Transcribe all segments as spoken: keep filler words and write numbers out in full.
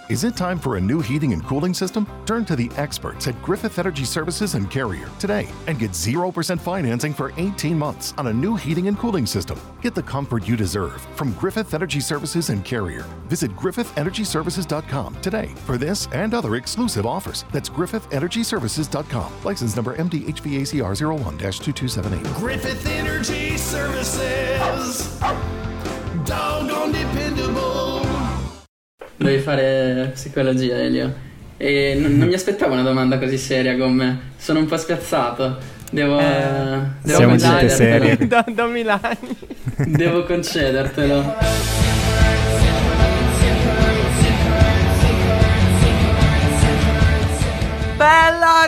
Is it time for a new heating and cooling system? Turn to the experts at Griffith Energy Services and Carrier today and get zero percent financing for eighteen months on a new heating and cooling system. Get the comfort you deserve from Griffith Energy Services and Carrier. Visit griffith energy services dot com today for this and other exclusive offers. That's griffith energy services dot com. License number M D H V A C R zero one dash two two seven eight. Griffith Energy Services. Doggone dependable. Devi fare psicologia, Elio. E non, non mi aspettavo una domanda così seria con me. Sono un po' spiazzato. Devo, eh, devo siamo gente serie. Da, da Milano. Devo concedertelo. Bella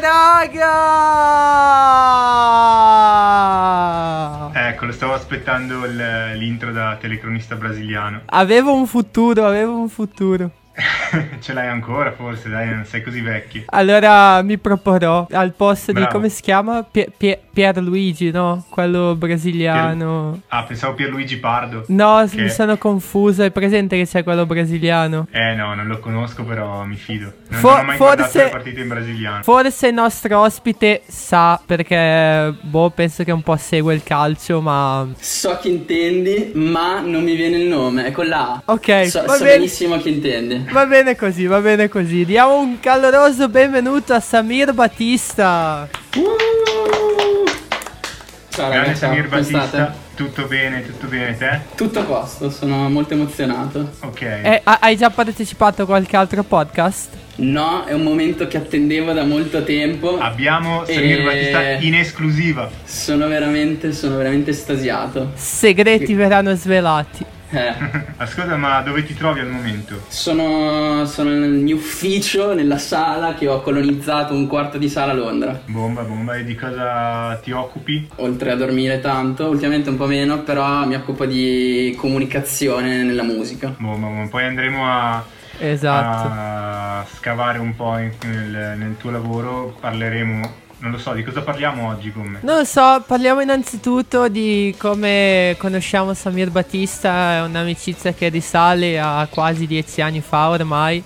raga! Ecco, stavo aspettando il, l'intro da telecronista brasiliano. Avevo un futuro, avevo un futuro. Ce l'hai ancora forse, dai, non sei così vecchio. Allora mi proporrò al posto Bravo. di, come si chiama? Pie- Pie- Pierluigi, no? Quello brasiliano. Pier... Ah, pensavo Pierluigi Pardo. No, che... mi sono confuso. Hai presente che c'è quello brasiliano? Eh no, non lo conosco, però mi fido. Non, For- non ho mai forse... guardato le partite in brasiliano. Forse il nostro ospite sa, perché boh, penso che un po' segue il calcio, ma... So chi intendi, ma non mi viene il nome. È con la A. Ok, so, va so bene. benissimo chi intendi. Va bene così, va bene così. Diamo un caloroso benvenuto a Samir Battista. Uh! Ciao Grande ragazzi, Samir come Battista, state? tutto bene, tutto bene te? Tutto a posto, sono molto emozionato. Ok. Eh, ha- hai già partecipato a qualche altro podcast? No, è un momento che attendevo da molto tempo. Abbiamo Samir E- Battista in esclusiva. Sono veramente, sono veramente estasiato. Segreti verranno svelati. Eh, Ascolta, ma dove ti trovi al momento? sono, sono nel mio ufficio, nella sala che ho colonizzato un quarto di sala a Londra. Bomba, bomba, e di cosa ti occupi? Oltre a dormire tanto, ultimamente un po' meno, però mi occupo di comunicazione nella musica. Bomba, bomba. Poi andremo a... Esatto. a scavare un po' in- nel, nel tuo lavoro, parleremo, non lo so, di cosa parliamo oggi con me? Non lo so, parliamo innanzitutto di come conosciamo Samir Battista. È un'amicizia che risale a quasi dieci anni fa ormai.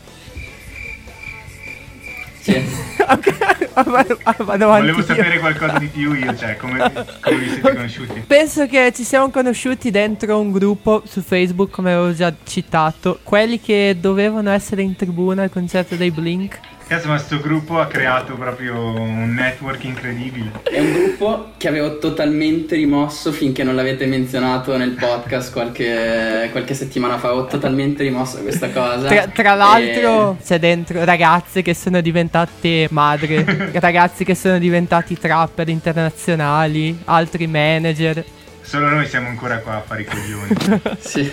Sì. Ok, vado, vado avanti Volevo io. sapere qualcosa di più io, cioè come, come vi siete conosciuti? Penso che ci siamo conosciuti dentro un gruppo su Facebook, come avevo già citato, quelli che dovevano essere in tribuna al concerto dei Blink. Cazzo, ma sto gruppo ha creato proprio un network incredibile. È un gruppo che avevo totalmente rimosso finché non l'avete menzionato nel podcast qualche, qualche settimana fa. Ho totalmente rimosso questa cosa. Tra, tra l'altro E- c'è dentro ragazze che sono diventate madre, ragazzi che sono diventati trapper internazionali, altri manager. Solo noi siamo ancora qua a fare i coglioni. Sì.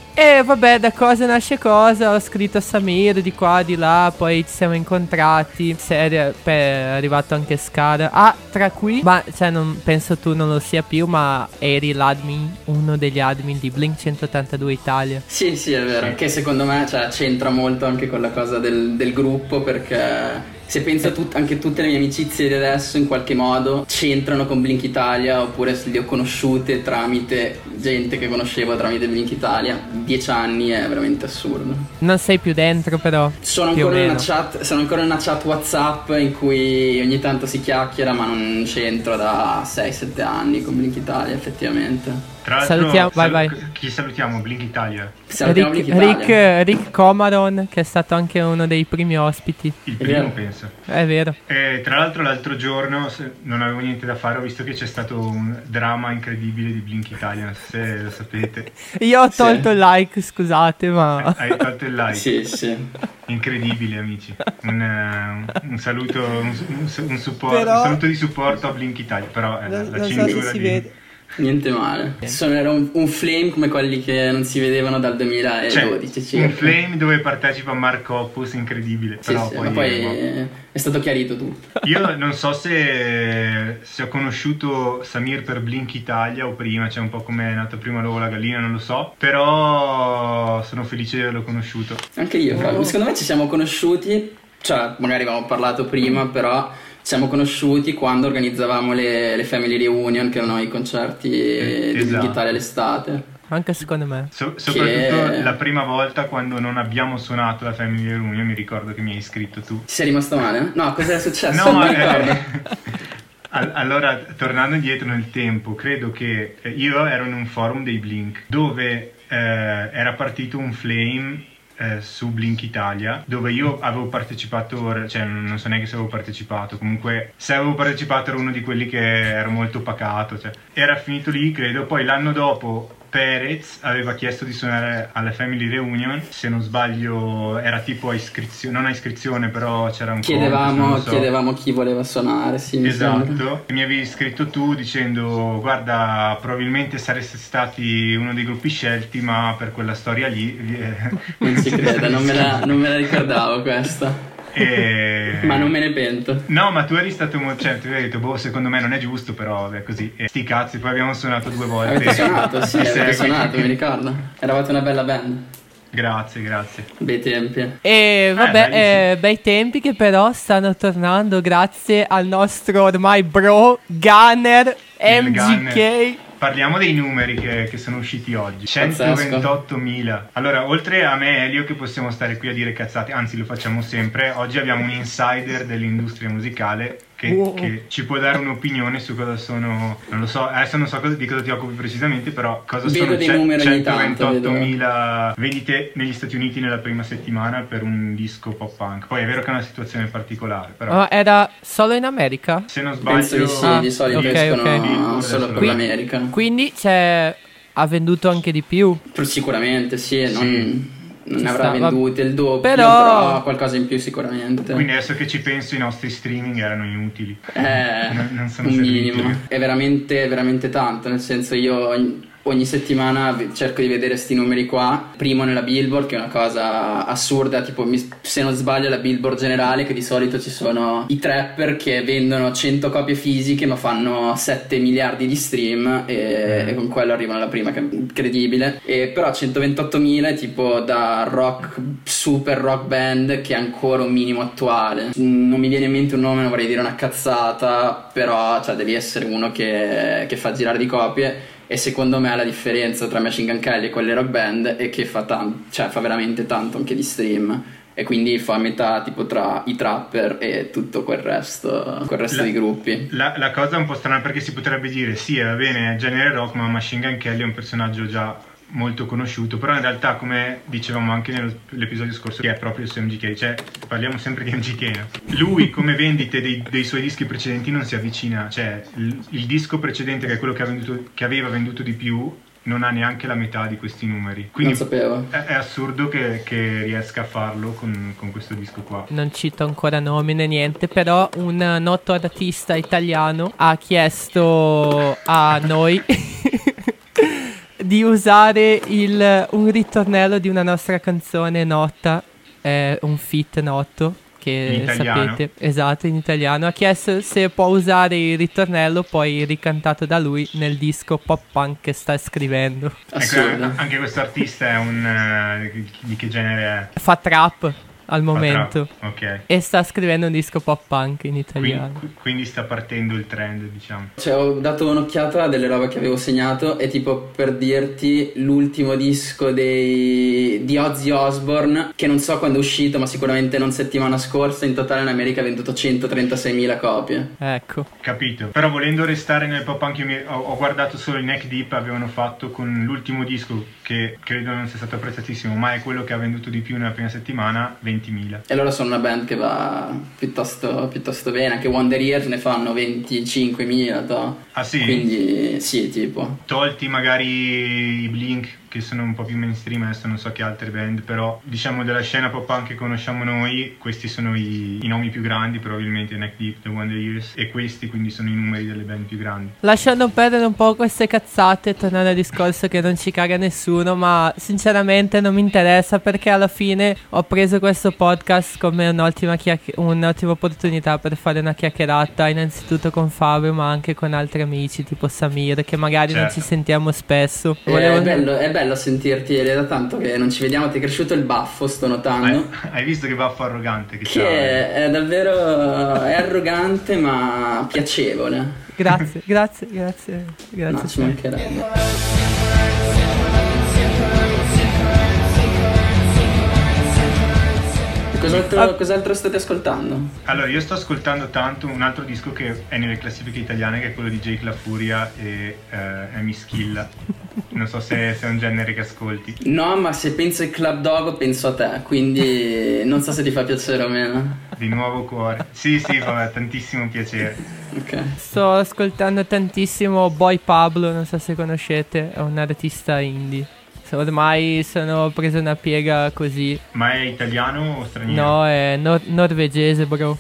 E vabbè, da cosa nasce cosa, ho scritto a Samir di qua, di là, poi ci siamo incontrati, serie, poi è arrivato anche Scar. Ah, tra qui, ma cioè non penso tu non lo sia più, ma eri l'admin, uno degli admin di Blink centottantadue Italia. Sì, sì, è vero. Che secondo me, cioè, c'entra molto anche con la cosa del, del gruppo, perché se penso a tut- anche tutte le mie amicizie di adesso in qualche modo c'entrano con Blink Italia, oppure le ho conosciute tramite gente che conoscevo tramite Blink Italia. Dieci anni è veramente assurdo. Non sei più dentro però. Sono più o ancora, in meno. una chat, sono ancora in una chat WhatsApp in cui ogni tanto si chiacchiera, ma non c'entro da sei sette anni con Blink Italia effettivamente. Tra l'altro, Salutiamo- vai, sal- vai. chi salutiamo? Blink Italia. Salutiamo Rick, Blink Italia. Rick, Rick Comaron, che è stato anche uno dei primi ospiti. Il È primo, vero. penso. È vero. E tra l'altro l'altro giorno se- non avevo niente da fare, ho visto che c'è stato un dramma incredibile di Blink Italia, non so se lo sapete. Io ho Sì. tolto il like, scusate, ma... Hai tolto il like. Sì, sì. Incredibile, amici. Un, eh, un saluto, un, un, un support- Però- un saluto di supporto a Blink Italia. Però eh, Non, la non so cintura se si di... vede. Niente male. Sono, era un, un flame come quelli che non si vedevano dal Cioè, duemiladodici un circa. flame dove partecipa Mark Hoppus, incredibile. Sì, però sì, poi, ma poi eh, boh. eh, è stato chiarito tutto. Io non so se, se ho conosciuto Samir per Blink Italia o prima, cioè un po' come è nata prima l'uovo la gallina, non lo so, però sono felice di averlo conosciuto. Anche io, Fabio. Secondo me ci siamo conosciuti, cioè magari avevamo parlato prima, però ci siamo conosciuti quando organizzavamo le, le family reunion, che erano i concerti Eh, di esatto. Blink Italia l'estate. anche secondo me. So- soprattutto Che- la prima volta quando non abbiamo suonato la Family Reunion, mi ricordo che mi hai iscritto tu. Ti sei rimasto male? No, cos'era successo? No, non mi eh, ricordo. All- Allora, tornando indietro nel tempo, credo che eh, io ero in un forum dei Blink dove eh, era partito un flame eh, su Blink Italia, dove io avevo partecipato, cioè non so neanche se avevo partecipato, comunque se avevo partecipato ero uno di quelli che ero molto pacato, cioè era finito lì credo. Poi l'anno dopo Perez aveva chiesto di suonare alla Family Reunion, se non sbaglio era tipo a iscrizione, non a iscrizione però c'era un Chiedevamo, contest, non so. chiedevamo chi voleva suonare, sì, mi sembra. Esatto, mi avevi scritto tu dicendo guarda probabilmente sareste stati uno dei gruppi scelti ma per quella storia lì eh, Non ci credo, non me la, non me la ricordavo questa. e... Ma non me ne pento. No, ma tu eri stato molto, cioè tu hai detto boh secondo me non è giusto però è così e sti cazzi, poi abbiamo suonato due volte. Avete suonato, sì, Di avete seguito. suonato, mi ricordo. Eravate una bella band. Grazie, grazie. Bei tempi. E vabbè, belli, eh, bei tempi che però stanno tornando grazie al nostro ormai bro Gunner Il M G K. Gunner. Parliamo dei numeri che, che sono usciti oggi. centoventottomila. Allora, oltre a me e Elio che possiamo stare qui a dire cazzate, anzi lo facciamo sempre, oggi abbiamo un insider dell'industria musicale che, Wow. che ci può dare un'opinione su cosa sono, non lo so, adesso non so cosa, di cosa ti occupi precisamente, però cosa Vedo sono dei numeri ogni tanto, centoventottomila vendite negli Stati Uniti nella prima settimana per un disco pop punk. Poi è vero che è una situazione particolare, però Ma era solo in America? se non sbaglio... Penso di sì, Ah, di solito ok, escono ok. solo per Qui- l'America. Quindi c'è, ha venduto anche di più. Però sicuramente sì, Sì. non, non Ci ne avrà sta, va- vendute il doppio, Però- però... qualcosa in più sicuramente. Quindi adesso che ci penso i nostri streaming erano inutili. Eh, Non- non sono un serviti. minimo. È veramente, veramente tanto, nel senso io ogni, ogni settimana v- cerco di vedere sti numeri qua. Primo nella Billboard, che è una cosa assurda, tipo mi- se non sbaglio la Billboard generale, che di solito ci sono i trapper che vendono cento copie fisiche ma fanno sette miliardi di stream e, Mm. e con quello arrivano alla prima, che è incredibile. E però centoventottomila è tipo da rock, super rock band, che è ancora un minimo attuale. Non mi viene in mente un nome, non vorrei dire una cazzata, però cioè, devi essere uno che, che fa girare di copie. E secondo me la differenza tra Machine Gun Kelly e quelle rock band è che fa, tan- cioè, fa veramente tanto anche di stream. E quindi fa metà tipo tra i trapper e tutto quel resto, quel resto La- di gruppi. La, la cosa è un po' strana perché si potrebbe dire sì, va bene, è genere rock, ma Machine Gun Kelly è un personaggio già molto conosciuto, però in realtà, come dicevamo anche nell'episodio scorso, che è proprio su M G K, cioè parliamo sempre di M G K, no? Lui come vendite dei, dei suoi dischi precedenti non si avvicina, cioè il, il disco precedente, che è quello che, ha venduto, che aveva venduto di più, non ha neanche la metà di questi numeri, quindi Non sapevo. è, è assurdo che, che riesca a farlo con, con questo disco qua. Non cito ancora nomi né niente, però un noto artista italiano ha chiesto a noi di usare il, un ritornello di una nostra canzone nota, eh, un feat noto, che In italiano? sapete, esatto, in italiano. Ha chiesto se può usare il ritornello poi ricantato da lui nel disco pop punk che sta scrivendo. Assurdo. Ecco, anche questo artista è un... eh, di che genere è? Fa trap al momento Fa trap, ok. e sta scrivendo un disco pop punk in italiano. Quindi, quindi sta partendo il trend, diciamo. Cioè, ho dato un'occhiata a delle robe che avevo segnato e tipo per dirti l'ultimo disco dei, di Ozzy Osbourne, che non so quando è uscito ma sicuramente non settimana scorsa, in totale in America ha venduto centotrentasei copie. Ecco. Capito. Però volendo restare nel pop punk, io mi- ho, ho guardato solo i Neck Deep, avevano fatto con l'ultimo disco, che credo non sia stato apprezzatissimo, ma è quello che ha venduto di più nella prima settimana, ventimila. E loro sono una band che va piuttosto, piuttosto bene, anche Wonder Years ne fanno venticinquemila, to. Ah sì? Quindi sì, tipo. Tolti magari i Blink, che sono un po' più mainstream, adesso non so che altre band, però diciamo della scena pop punk che conosciamo noi, questi sono i, i nomi più grandi, probabilmente Neck Deep, The Wonder Years, e questi quindi sono i numeri delle band più grandi. Lasciando perdere un po' queste cazzate, tornando al discorso che non ci caga nessuno, ma sinceramente non mi interessa, perché alla fine ho preso questo podcast come un'ottima, chiacch- un'ottima opportunità per fare una chiacchierata innanzitutto con Fabio, ma anche con altri amici tipo Samir, che magari non Certo. ci sentiamo spesso. Eh, Volevo- È, bello, è bello sentirti, è da tanto che non ci vediamo, ti è cresciuto il baffo, sto Hai, notando. hai visto che baffo arrogante che, Che c'ha? è, è davvero è arrogante ma piacevole. Grazie, grazie, grazie, grazie. No, ci Fabio. mancherebbe. Cos'altro, Ah. cos'altro state ascoltando? Allora, io sto ascoltando tanto un altro disco che è nelle classifiche italiane, che è quello di Jake La Furia e eh, Amy Schilla. Non so se, se è un genere che ascolti. No, ma se penso ai Club Dog penso a te, quindi non so se ti fa piacere o meno. Di nuovo cuore. Sì, sì, fa tantissimo piacere. Ok. Sto ascoltando tantissimo Boy Pablo, non so se conoscete, è un artista indie. Ormai sono preso una piega così. Ma è italiano o straniero? No, è nor- norvegese, bro.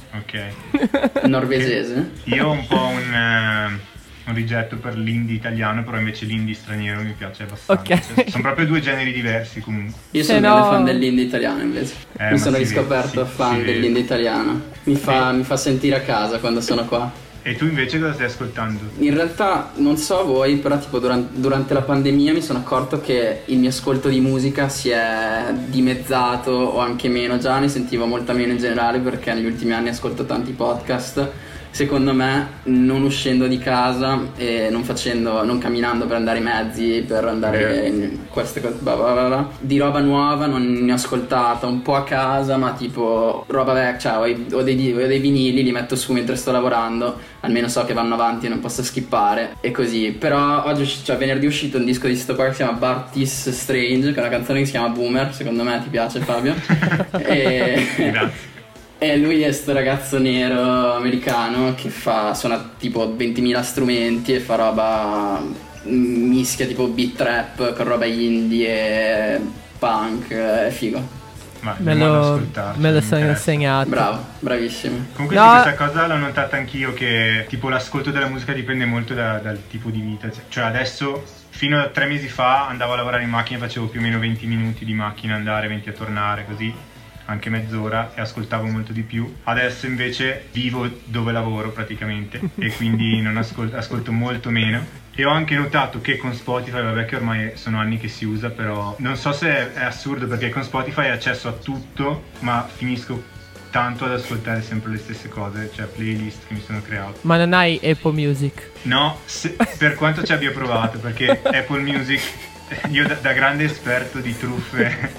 Ok. Norvegese? Io ho un po' un, eh, un rigetto per l'indie italiano, però invece l'indie straniero mi piace abbastanza. Ok. Cioè, sono proprio due generi diversi comunque. Io Se sono no- un grande fan dell'indie italiano invece. Eh, Mi ma sono si riscoperto vede, si- fan si vede. dell'indie italiano. Mi fa, Sì. mi fa sentire a casa quando sono qua. E tu invece cosa stai ascoltando? In realtà non so voi, però tipo durante, durante la pandemia mi sono accorto che il mio ascolto di musica si è dimezzato o anche meno, già ne sentivo molta meno in generale perché negli ultimi anni ascolto tanti podcast. Secondo me non uscendo di casa e non facendo, non camminando per andare in mezzi, per andare in queste cose, bla bla bla bla, di roba nuova non ne ho ascoltata, un po' a casa, ma tipo roba vecchia, cioè ho, i- ho dei, ho dei vinili, li metto su mentre sto lavorando, almeno so che vanno avanti e non posso skippare e così. Però oggi, usci- cioè venerdì è uscito un disco di sto qua che si chiama Bartis Strange, che è una canzone che si chiama Boomer, secondo me ti piace Fabio. e... Grazie. E lui è sto ragazzo nero americano che fa, suona tipo ventimila strumenti e fa roba, mischia tipo beat trap con roba indie e punk, è figo. Ma Me andiamo ad lo, ascoltarci, me lo mi sono interessa. insegnato. Bravo, bravissimo. Comunque No. sì, questa cosa l'ho notata anch'io, che tipo l'ascolto della musica dipende molto da- dal tipo di vita. Cioè adesso, fino a tre mesi fa, andavo a lavorare in macchina, facevo più o meno venti minuti di macchina andare, venti a tornare, così, anche mezz'ora, e ascoltavo molto di più. Adesso invece vivo dove lavoro praticamente e quindi non ascolto, ascolto molto meno. E ho anche notato che con Spotify, vabbè che ormai sono anni che si usa, però non so se è, è assurdo perché con Spotify hai accesso a tutto, ma finisco tanto ad ascoltare sempre le stesse cose, cioè playlist che mi sono creato. Ma non hai Apple Music? No, se- per quanto ci abbia provato, perché Apple Music, io da, da grande esperto di truffe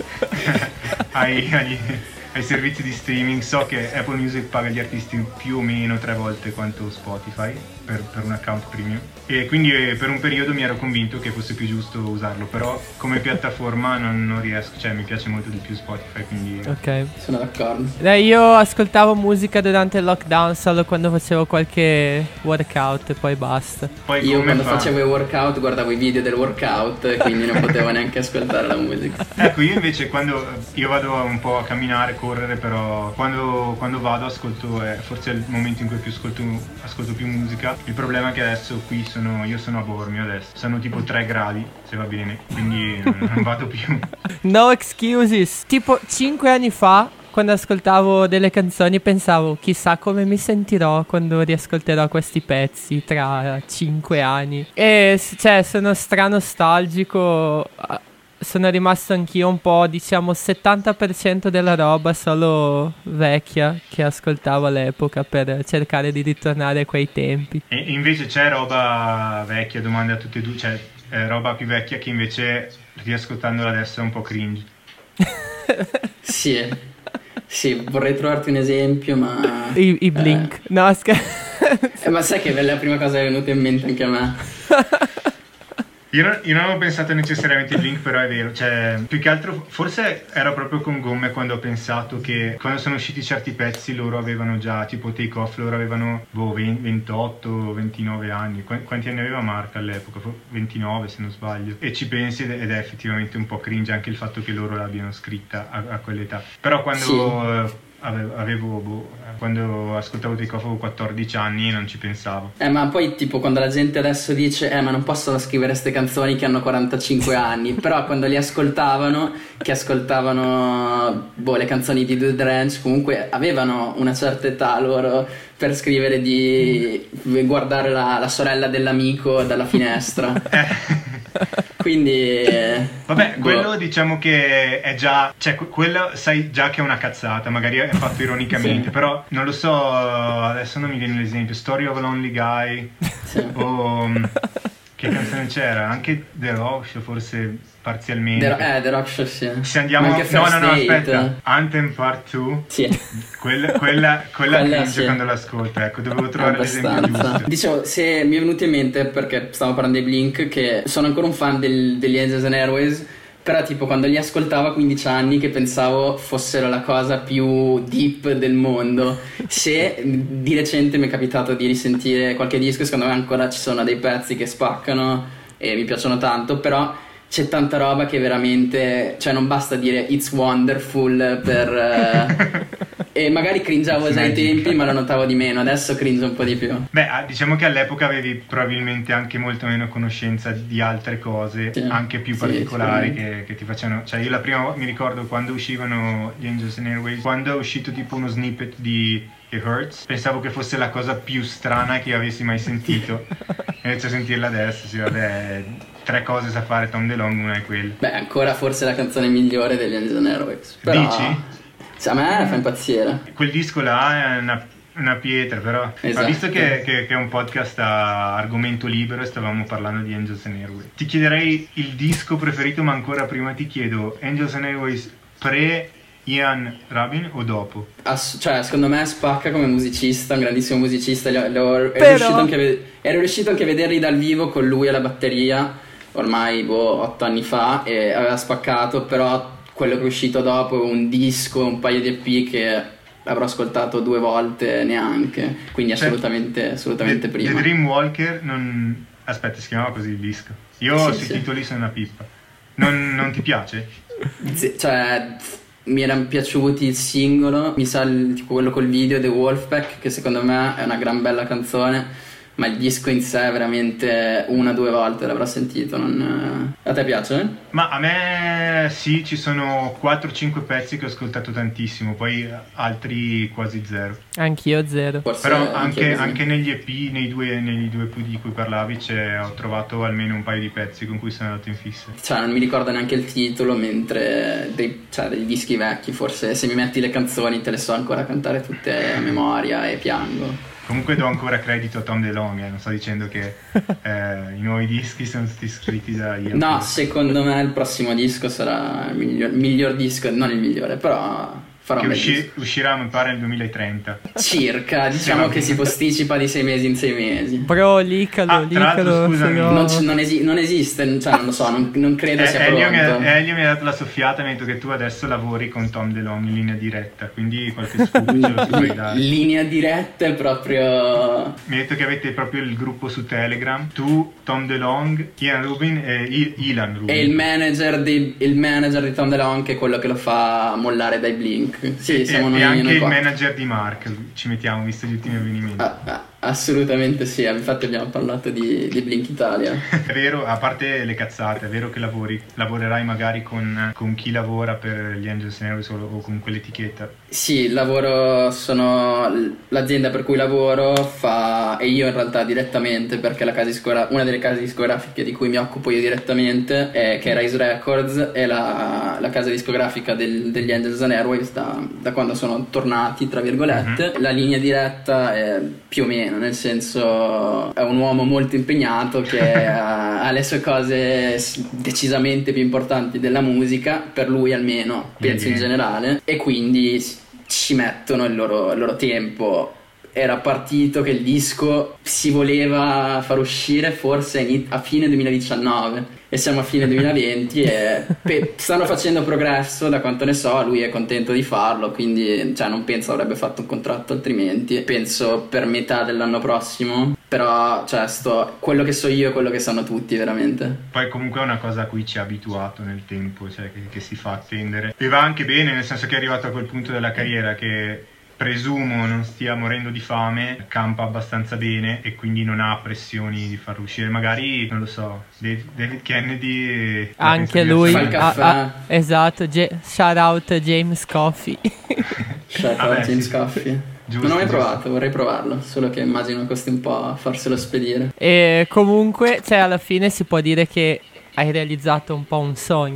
ai, agli- ai servizi di streaming, so che Apple Music paga gli artisti più o meno tre volte quanto Spotify per, per un account premium, e quindi eh, per un periodo mi ero convinto che fosse più giusto usarlo, però come piattaforma non, non riesco, cioè mi piace molto di più Spotify, quindi Ok. Sono d'accordo. Dai, io ascoltavo musica durante il lockdown solo quando facevo qualche workout e poi basta. poi Io come quando fa? facevo i workout guardavo i video del workout, quindi non potevo neanche ascoltare la musica. Ecco, io invece quando io vado un po' a camminare, correre, però quando, quando vado ascolto, è forse è il momento in cui più ascolto, ascolto più musica. Il problema è che adesso qui sono, io sono a Bormio adesso, sono tipo tre gradi, se va bene, quindi non, non vado più. No excuses. Tipo cinque anni fa, quando ascoltavo delle canzoni, pensavo chissà come mi sentirò quando riascolterò questi pezzi tra cinque anni. E s- cioè, sono stranostalgico. ah, Sono rimasto anch'io un po', diciamo, settanta per cento della roba solo vecchia che ascoltavo all'epoca per cercare di ritornare a quei tempi. E e invece c'è roba vecchia, domande a tutte e due, cioè eh, roba più vecchia che invece riascoltandola adesso è un po' cringe. Sì, sì, vorrei trovarti un esempio, ma... I, i Blink. No, scherzo. Eh, ma sai che è la prima cosa che è venuta in mente anche a me. Io non, io non avevo pensato necessariamente ai Blink, però è vero, cioè più che altro forse era proprio con Gomme quando ho pensato che quando sono usciti certi pezzi loro avevano già, tipo Take Off, loro avevano boh, ventotto ventinove anni. Qu- quanti anni aveva Mark all'epoca? Fo- ventinove se non sbaglio. E ci pensi ed è, ed è effettivamente un po' cringe anche il fatto che loro l'abbiano scritta a, a quell'età. Però quando... Sì. eh, Avevo, avevo boh, quando ascoltavo Take Off avevo quattordici anni e non ci pensavo. Eh, ma poi tipo quando la gente adesso dice eh ma non possono scrivere queste canzoni che hanno quarantacinque anni, però quando li ascoltavano, che ascoltavano boh, le canzoni di Dude Ranch, comunque avevano una certa età loro per scrivere di guardare la, la sorella dell'amico dalla finestra. Quindi eh, Vabbè, boh. quello diciamo che è già, cioè que- quello sai già che è una cazzata, magari è fatto ironicamente, Sì. però non lo so, adesso non mi viene l'esempio, Story of a Lonely Guy Sì. o um, che che canzone c'era? Anche The Rock Show forse parzialmente. The, eh, The Rock Show sì. Se andiamo... Ma anche no, First no, no, Date. aspetta. Anthem Part due. Sì. Quella, quella, quella Quella cringe sì. quando l'ascolto, ecco, dovevo trovare l'esempio Abbastanza. giusto. Dicevo, se mi è venuto in mente, perché stavo parlando dei Blink, che sono ancora un fan del, degli Angels and Airwaves, però tipo quando li ascoltavo a quindici anni che pensavo fossero la cosa più deep del mondo. Se di recente mi è capitato di risentire qualche disco, secondo me ancora ci sono dei pezzi che spaccano e mi piacciono tanto, però c'è tanta roba che veramente, cioè non basta dire it's wonderful per eh, e magari cringeavo già ai tempi, ma lo notavo di meno. Adesso cringe un po' di più. Beh, ah, diciamo che all'epoca avevi probabilmente anche molto meno conoscenza di altre cose, Sì. anche più Sì, particolari sicuramente. che, che ti facevano. Cioè, io la prima volta mi ricordo quando uscivano gli Angels and Airwaves, quando è uscito tipo uno snippet di It Hurts, pensavo che fosse la cosa più strana che avessi mai sentito. E inizio a sentirla adesso, sì, vabbè, tre cose sa fare Tom DeLonge, una è quella. Beh, ancora forse la canzone migliore degli Angels and Airwaves. Però, Dici? sì, a me fa impazzire. Quel disco là è una, una pietra, però. Esatto. Ma visto che, che, che è un podcast a argomento libero e stavamo parlando di Angels and Airwaves, ti chiederei il disco preferito, ma ancora prima ti chiedo Angels and Airwaves pre Ian Rabin o dopo? Ass- cioè, secondo me spacca come musicista, un grandissimo musicista. Li ho- li ho- ero, Però- riuscito anche a ved- ero riuscito anche a vederli dal vivo con lui alla batteria, ormai boh, otto anni fa, e aveva spaccato, però quello che è uscito dopo è un disco, un paio di E P che avrò ascoltato due volte neanche, quindi Cioè, assolutamente, assolutamente The, prima. The Dreamwalker non... Aspetta, si chiamava così il disco. Io Sì, sui sì. titoli sono una pippa. Non, non ti piace? Sì, cioè mi erano piaciuti il singolo, mi sa il, tipo quello col video, The Wolfpack, che secondo me è una gran bella canzone, ma il disco in sé veramente una o due volte l'avrò sentito. Non... A te piace? Ma a me sì, ci sono quattro cinque pezzi che ho ascoltato tantissimo, poi altri quasi zero. Anch'io zero. Forse Però anche anche, così. anche negli E P, nei due, negli due E P di cui parlavi, c'è, ho trovato almeno un paio di pezzi con cui sono andato in fissa. Cioè non mi ricordo neanche il titolo, mentre dei, cioè, dei dischi vecchi forse se mi metti le canzoni te le so ancora cantare tutte a memoria e piango. Comunque do ancora credito a Tom DeLonge, eh, non sto dicendo che eh, i nuovi dischi sono stati scritti da Ian. No, secondo me il prossimo disco sarà il miglior, miglior disco, non il migliore, però farò Che un bel usci- disco. uscirà mi pare nel duemilatrenta. Circa, diciamo va che bene. si posticipa di sei mesi in sei mesi. Bro, licalo, Ah, tra l'altro, licalo. scusami. se no- Non, c- non esi- non esiste, cioè non lo so, non, non credo Eh, sia Elio, mi ha, pronto. Elio mi ha dato la soffiata, mi ha detto che tu adesso lavori con Tom DeLonge in linea diretta, quindi qualche scoop ce lo puoi dare. Linea diretta è proprio... Mi ha detto che avete proprio il gruppo su Telegram, tu, Tom DeLonge, Ian Rubin e I- Ilan Rubin. È il manager, di, il manager di Tom DeLonge, che è quello che lo fa mollare dai Blink. Sì, e, siamo e noi, anche noi il qua. manager di Mark, ci mettiamo visto gli ultimi avvenimenti. Ah, ah, assolutamente sì, infatti abbiamo parlato di, di Blink Italia. È vero, a parte le cazzate, è vero che lavori, lavorerai magari con, con chi lavora per gli Angels and Airwaves o, o con quell'etichetta. Sì, lavoro, sono l'azienda per cui lavoro fa, e io in realtà direttamente, perché la casa discogra- una delle case discografiche di cui mi occupo io direttamente è, che è Rise Records, è la, la casa discografica del- degli Angels and Airwaves da, da quando sono tornati, tra virgolette. Mhm. La linea diretta è più o meno, nel senso è un uomo molto impegnato che ha, ha le sue cose s- decisamente più importanti della musica, per lui almeno, penso in Quindi- generale, e quindi s- ci mettono il loro, il loro tempo. Era partito che il disco si voleva far uscire forse ini- a fine duemiladiciannove e siamo a fine duemilaventi e pe- stanno facendo progresso, da quanto ne so. Lui è contento di farlo, quindi cioè, non penso avrebbe fatto un contratto altrimenti. Penso per metà dell'anno prossimo, però cioè, sto, quello che so io è quello che sanno tutti veramente. Poi comunque è una cosa a cui ci ha abituato nel tempo, cioè che, che si fa attendere. E va anche bene, nel senso che è arrivato a quel punto della carriera che presumo non stia morendo di fame, campa abbastanza bene e quindi non ha pressioni di far uscire. Magari, non lo so, David, David Kennedy... la Anche pensa lui, Fa il diversamente. caffè. ah, ah, esatto, Ge- shout out James Coffey. Cioè, Vabbè, James sì. Coffey. Giusto, Non l'ho mai giusto. provato, vorrei provarlo, solo che immagino costi un po' a farselo spedire. E comunque, cioè, alla fine si può dire che hai realizzato un po' un sogno,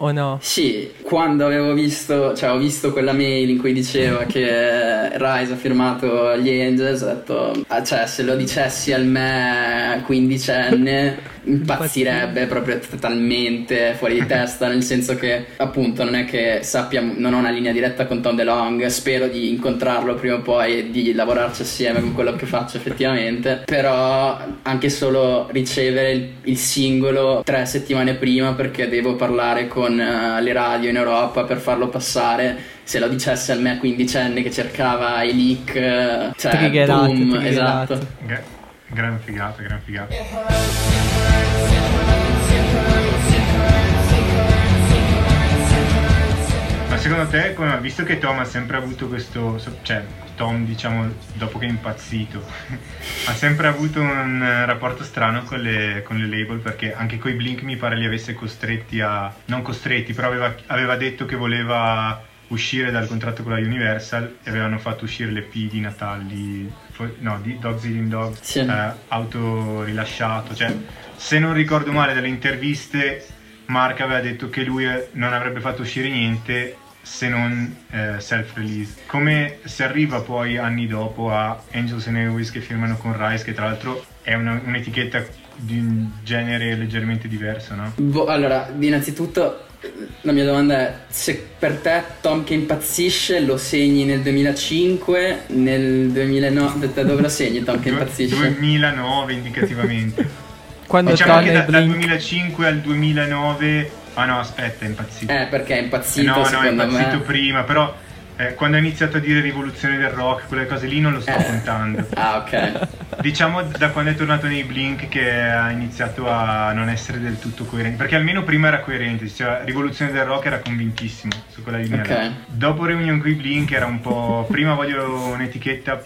o no? Sì, quando avevo visto, cioè ho visto quella mail in cui diceva che Rise ha firmato gli Angels, ho detto, ah, cioè se lo dicessi al me quindicenne impazzirebbe proprio totalmente fuori di testa, nel senso che appunto non è che sappiamo, non ho una linea diretta con Tom DeLonge, spero di incontrarlo prima o poi e di lavorarci assieme con quello che faccio effettivamente, però anche solo ricevere il, il singolo tre settimane prima perché devo parlare con uh, le radio in Europa per farlo passare, se lo dicesse al me quindicenne che cercava i leak, uh, cioè triggerato, boom, triggerato. esatto. Gra- gran figata, gran figata. Ma secondo te, come, visto che Tom ha sempre avuto questo, cioè Tom diciamo dopo che è impazzito ha sempre avuto un rapporto strano con le, con le label, perché anche coi Blink mi pare li avesse costretti a, non costretti, però aveva, aveva detto che voleva uscire dal contratto con la Universal e avevano fatto uscire l'E P di Natale di, no, di Dogs Eating Dogs, sì. eh, autorilasciato, cioè se non ricordo male dalle interviste Mark aveva detto che lui non avrebbe fatto uscire niente se non eh, self-release. Come si arriva poi anni dopo a Angels and Airwaves che firmano con Rise, che tra l'altro è una, un'etichetta di un genere leggermente diverso, no? Bo- allora, innanzitutto la mia domanda è, se per te Tom che impazzisce lo segni nel duemilacinque, nel duemilanove, da dove lo segni Tom che impazzisce? duemilanove indicativamente. Quando diciamo torna che il da, dal Blink. duemilacinque al duemilanove. Ah no, aspetta, è impazzito. Eh, perché è impazzito, no, no, è secondo impazzito me. prima, però eh, quando ha iniziato a dire rivoluzione del rock, quelle cose lì non lo sto Eh. contando. Ah, ok. Diciamo da quando è tornato nei Blink che ha iniziato a non essere del tutto coerente, perché almeno prima era coerente, diceva rivoluzione del rock, era convintissimo su quella linea. Ok. Dopo Reunion con i Blink era un po', prima voglio un'etichetta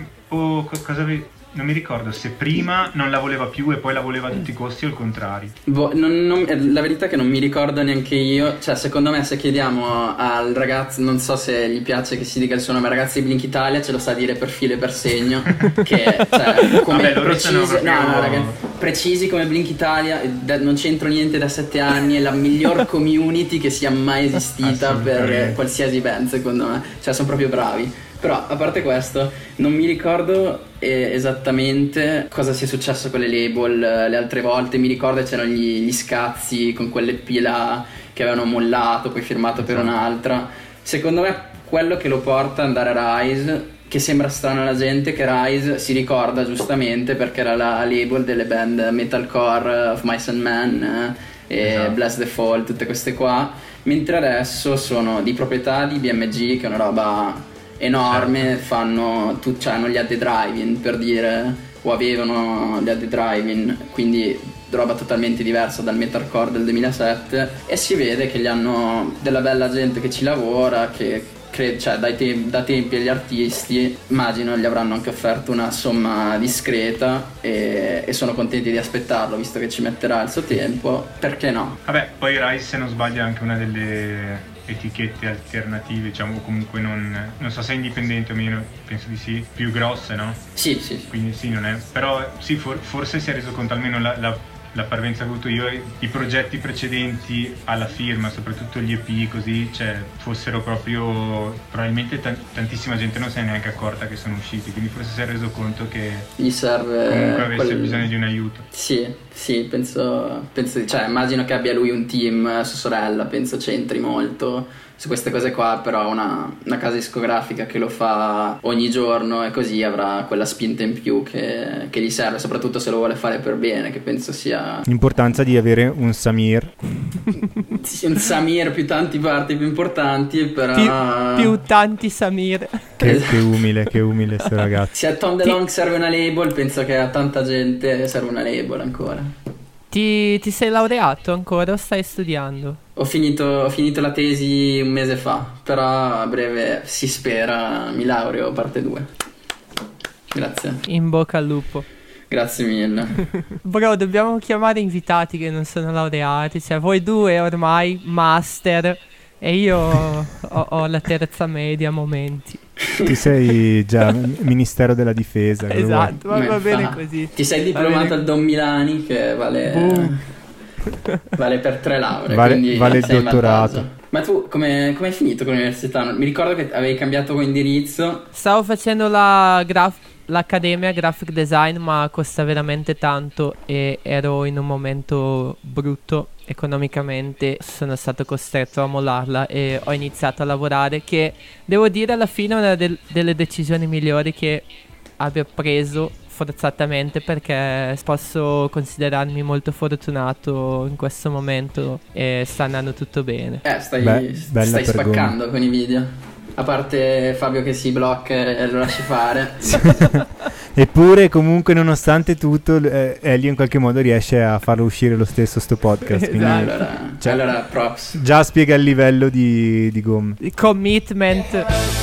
o co- cosa avevi... Non mi ricordo se prima non la voleva più e poi la voleva a tutti i costi o il contrario. Boh, non- non- la verità è che non mi ricordo neanche io. Cioè, secondo me, se chiediamo al ragazzo, non so se gli piace che si dica il suo nome, ragazzi di Blink Italia, ce lo sa dire per filo e per segno. Che, cioè, come Vabbè, loro precisi, sono proprio- no, no, ragazzi, precisi come Blink Italia. da- non c'entro niente da sette anni. È la miglior community che sia mai esistita per Assolutamente. qualsiasi band, secondo me. Cioè, sono proprio bravi. Però, a parte questo, non mi ricordo eh, esattamente cosa sia successo con le label eh, le altre volte. Mi ricordo che c'erano gli, gli scazzi con quelle P là che avevano mollato, poi firmato per un'altra. Secondo me quello che lo porta ad andare a Rise, che sembra strano alla gente, che Rise si ricorda giustamente perché era la label delle band metalcore, Of Mice and Men eh, e Esatto. Bless the Fall, tutte queste qua, mentre adesso sono di proprietà di B M G, che è una roba enorme, Certo. fanno tu, cioè hanno gli At The Drive-In, per dire, o avevano gli At The Drive-In, quindi roba totalmente diversa dal metalcore del duemilasette, e si vede che gli hanno della bella gente che ci lavora, che cre- cioè dai te- da tempi agli artisti, immagino gli avranno anche offerto una somma discreta e, e sono contenti di aspettarlo, visto che ci metterà il suo tempo, perché no? Vabbè, poi Rise se non sbaglio è anche una delle etichette alternative, diciamo, o comunque non, non so se è indipendente o meno, penso di sì, più grosse, no? Sì, sì, sì. Quindi sì, non è, però sì, for- forse si è reso conto, almeno la, la, la parvenza che ho avuto io, i progetti precedenti alla firma, soprattutto gli E P così, cioè fossero proprio, probabilmente tan- tantissima gente non se ne è neanche accorta che sono usciti, quindi forse si è reso conto che Gli serve comunque avesse quel- bisogno di un aiuto. Sì, sì, penso, penso, cioè immagino che abbia lui un team, sua sorella, penso c'entri molto su queste cose qua, però una, una casa discografica che lo fa ogni giorno e così avrà quella spinta in più che, che gli serve, soprattutto se lo vuole fare per bene, che penso sia L'importanza di avere un Samir. un Samir più tanti parti più importanti, però Più, più tanti Samir. Che, che umile, che umile sto ragazzo. se a Tom DeLonge serve una label, penso che a tanta gente serve una label ancora. Ti, ti sei laureato ancora o stai studiando? Ho finito, ho finito la tesi un mese fa, però a breve si spera mi laureo parte due. Grazie, In bocca al lupo. grazie mille. Bro, dobbiamo chiamare invitati che non sono laureati. Cioè, voi due ormai master e io ho, ho la terza media a momenti. Tu sei già Ministero della Difesa. cosa vuoi? Esatto, ma Come va bene fa? così. Ti sei Va diplomato bene. al Don Milani, che vale Boom. Vale per tre lauree, Vale- quindi vale il sei in dottorato. vantaggio. Ma tu come hai finito con l'università? Mi ricordo che avevi cambiato con indirizzo. Stavo facendo la graf- l'accademia graphic design, ma costa veramente tanto e ero in un momento brutto economicamente. Sono stato costretto a mollarla e ho iniziato a lavorare, che devo dire alla fine è una del- delle decisioni migliori che abbia preso forzatamente, perché posso considerarmi molto fortunato in questo momento e sta andando tutto bene. Eh, stai, Beh, bella stai per spaccando con i video. A parte Fabio che si blocca e lo lasci fare. Eppure comunque nonostante tutto eh, Elio in qualche modo riesce a farlo uscire lo stesso sto podcast, quindi allora, cioè, allora props. già spiega il livello di, di gomme. Il commitment.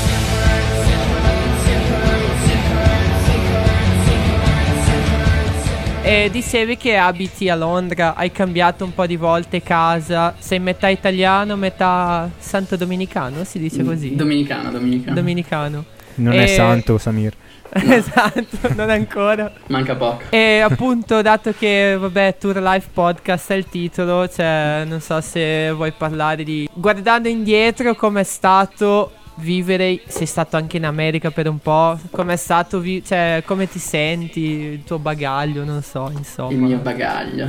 E dicevi che abiti a Londra, hai cambiato un po' di volte casa, sei metà italiano, metà santo dominicano, si dice così? Dominicano, dominicano. Dominicano. Non E- è santo Samir. Esatto, non ancora. Manca poco. E appunto, dato che, vabbè, Tour Life Podcast è il titolo, cioè, non so se vuoi parlare di... Guardando indietro, com'è stato vivere, sei stato anche in America per un po', com'è stato, vi- cioè, come ti senti, il tuo bagaglio, non so, insomma. Il mio bagaglio.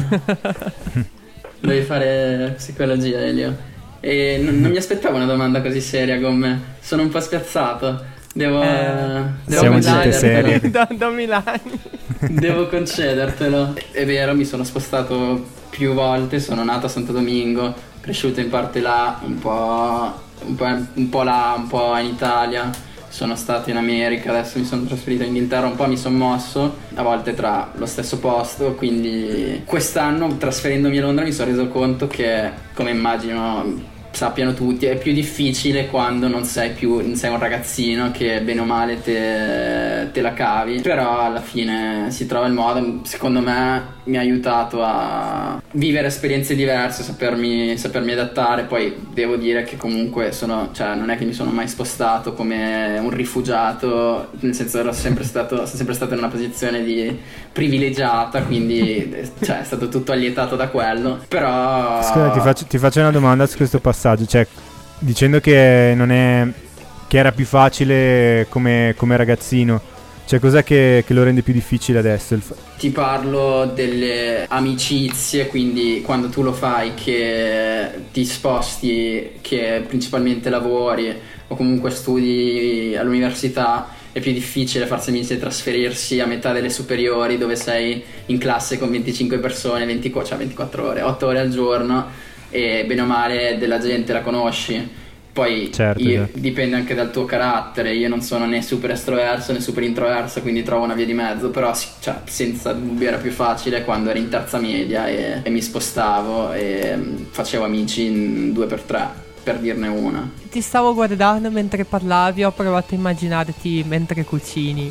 Devi fare psicologia, Elio. E non, non mi aspettavo una domanda così seria con me. Sono un po' spiazzato. Devo, Eh, devo siamo gente concedertelo. seria. Da, da Milano. Devo concedertelo. È vero, mi sono spostato più volte. Sono nato a Santo Domingo, cresciuto in parte là, un po', un po', un po' là, un po' in Italia. Sono stato in America, adesso mi sono trasferito in Inghilterra, un po' mi sono mosso, a volte tra lo stesso posto, quindi quest'anno trasferendomi a Londra mi sono reso conto che, come immagino sappiano tutti, è più difficile quando non sei più non sei un ragazzino che bene o male te, te la cavi, però alla fine si trova il modo. Secondo me mi ha aiutato a vivere esperienze diverse, sapermi, sapermi adattare. Poi devo dire che comunque sono, cioè non è che mi sono mai spostato come un rifugiato, nel senso ero sempre stato, sono sempre stato in una posizione di privilegiata, quindi cioè, è stato tutto allietato da quello. Però Scusa, ti faccio, ti faccio una domanda su questo passaggio, cioè dicendo che non è che era più facile come, come ragazzino, cioè cos'è che, che lo rende più difficile adesso? Il fa- ti parlo delle amicizie, quindi quando tu lo fai che ti sposti, che principalmente lavori o comunque studi all'università, è più difficile farsi amicizie e trasferirsi a metà delle superiori dove sei in classe con venticinque persone, ventiquattro, cioè ventiquattro ore, otto ore al giorno, e bene o male della gente la conosci. Poi Certo, io- certo. dipende anche dal tuo carattere. Io non sono né super estroverso né super introverso, quindi trovo una via di mezzo. Però sì, cioè, senza dubbio era più facile quando ero in terza media e, e mi spostavo e mm, facevo amici in due per tre, per dirne una. Ti stavo guardando mentre parlavi, ho provato a immaginarti mentre cucini.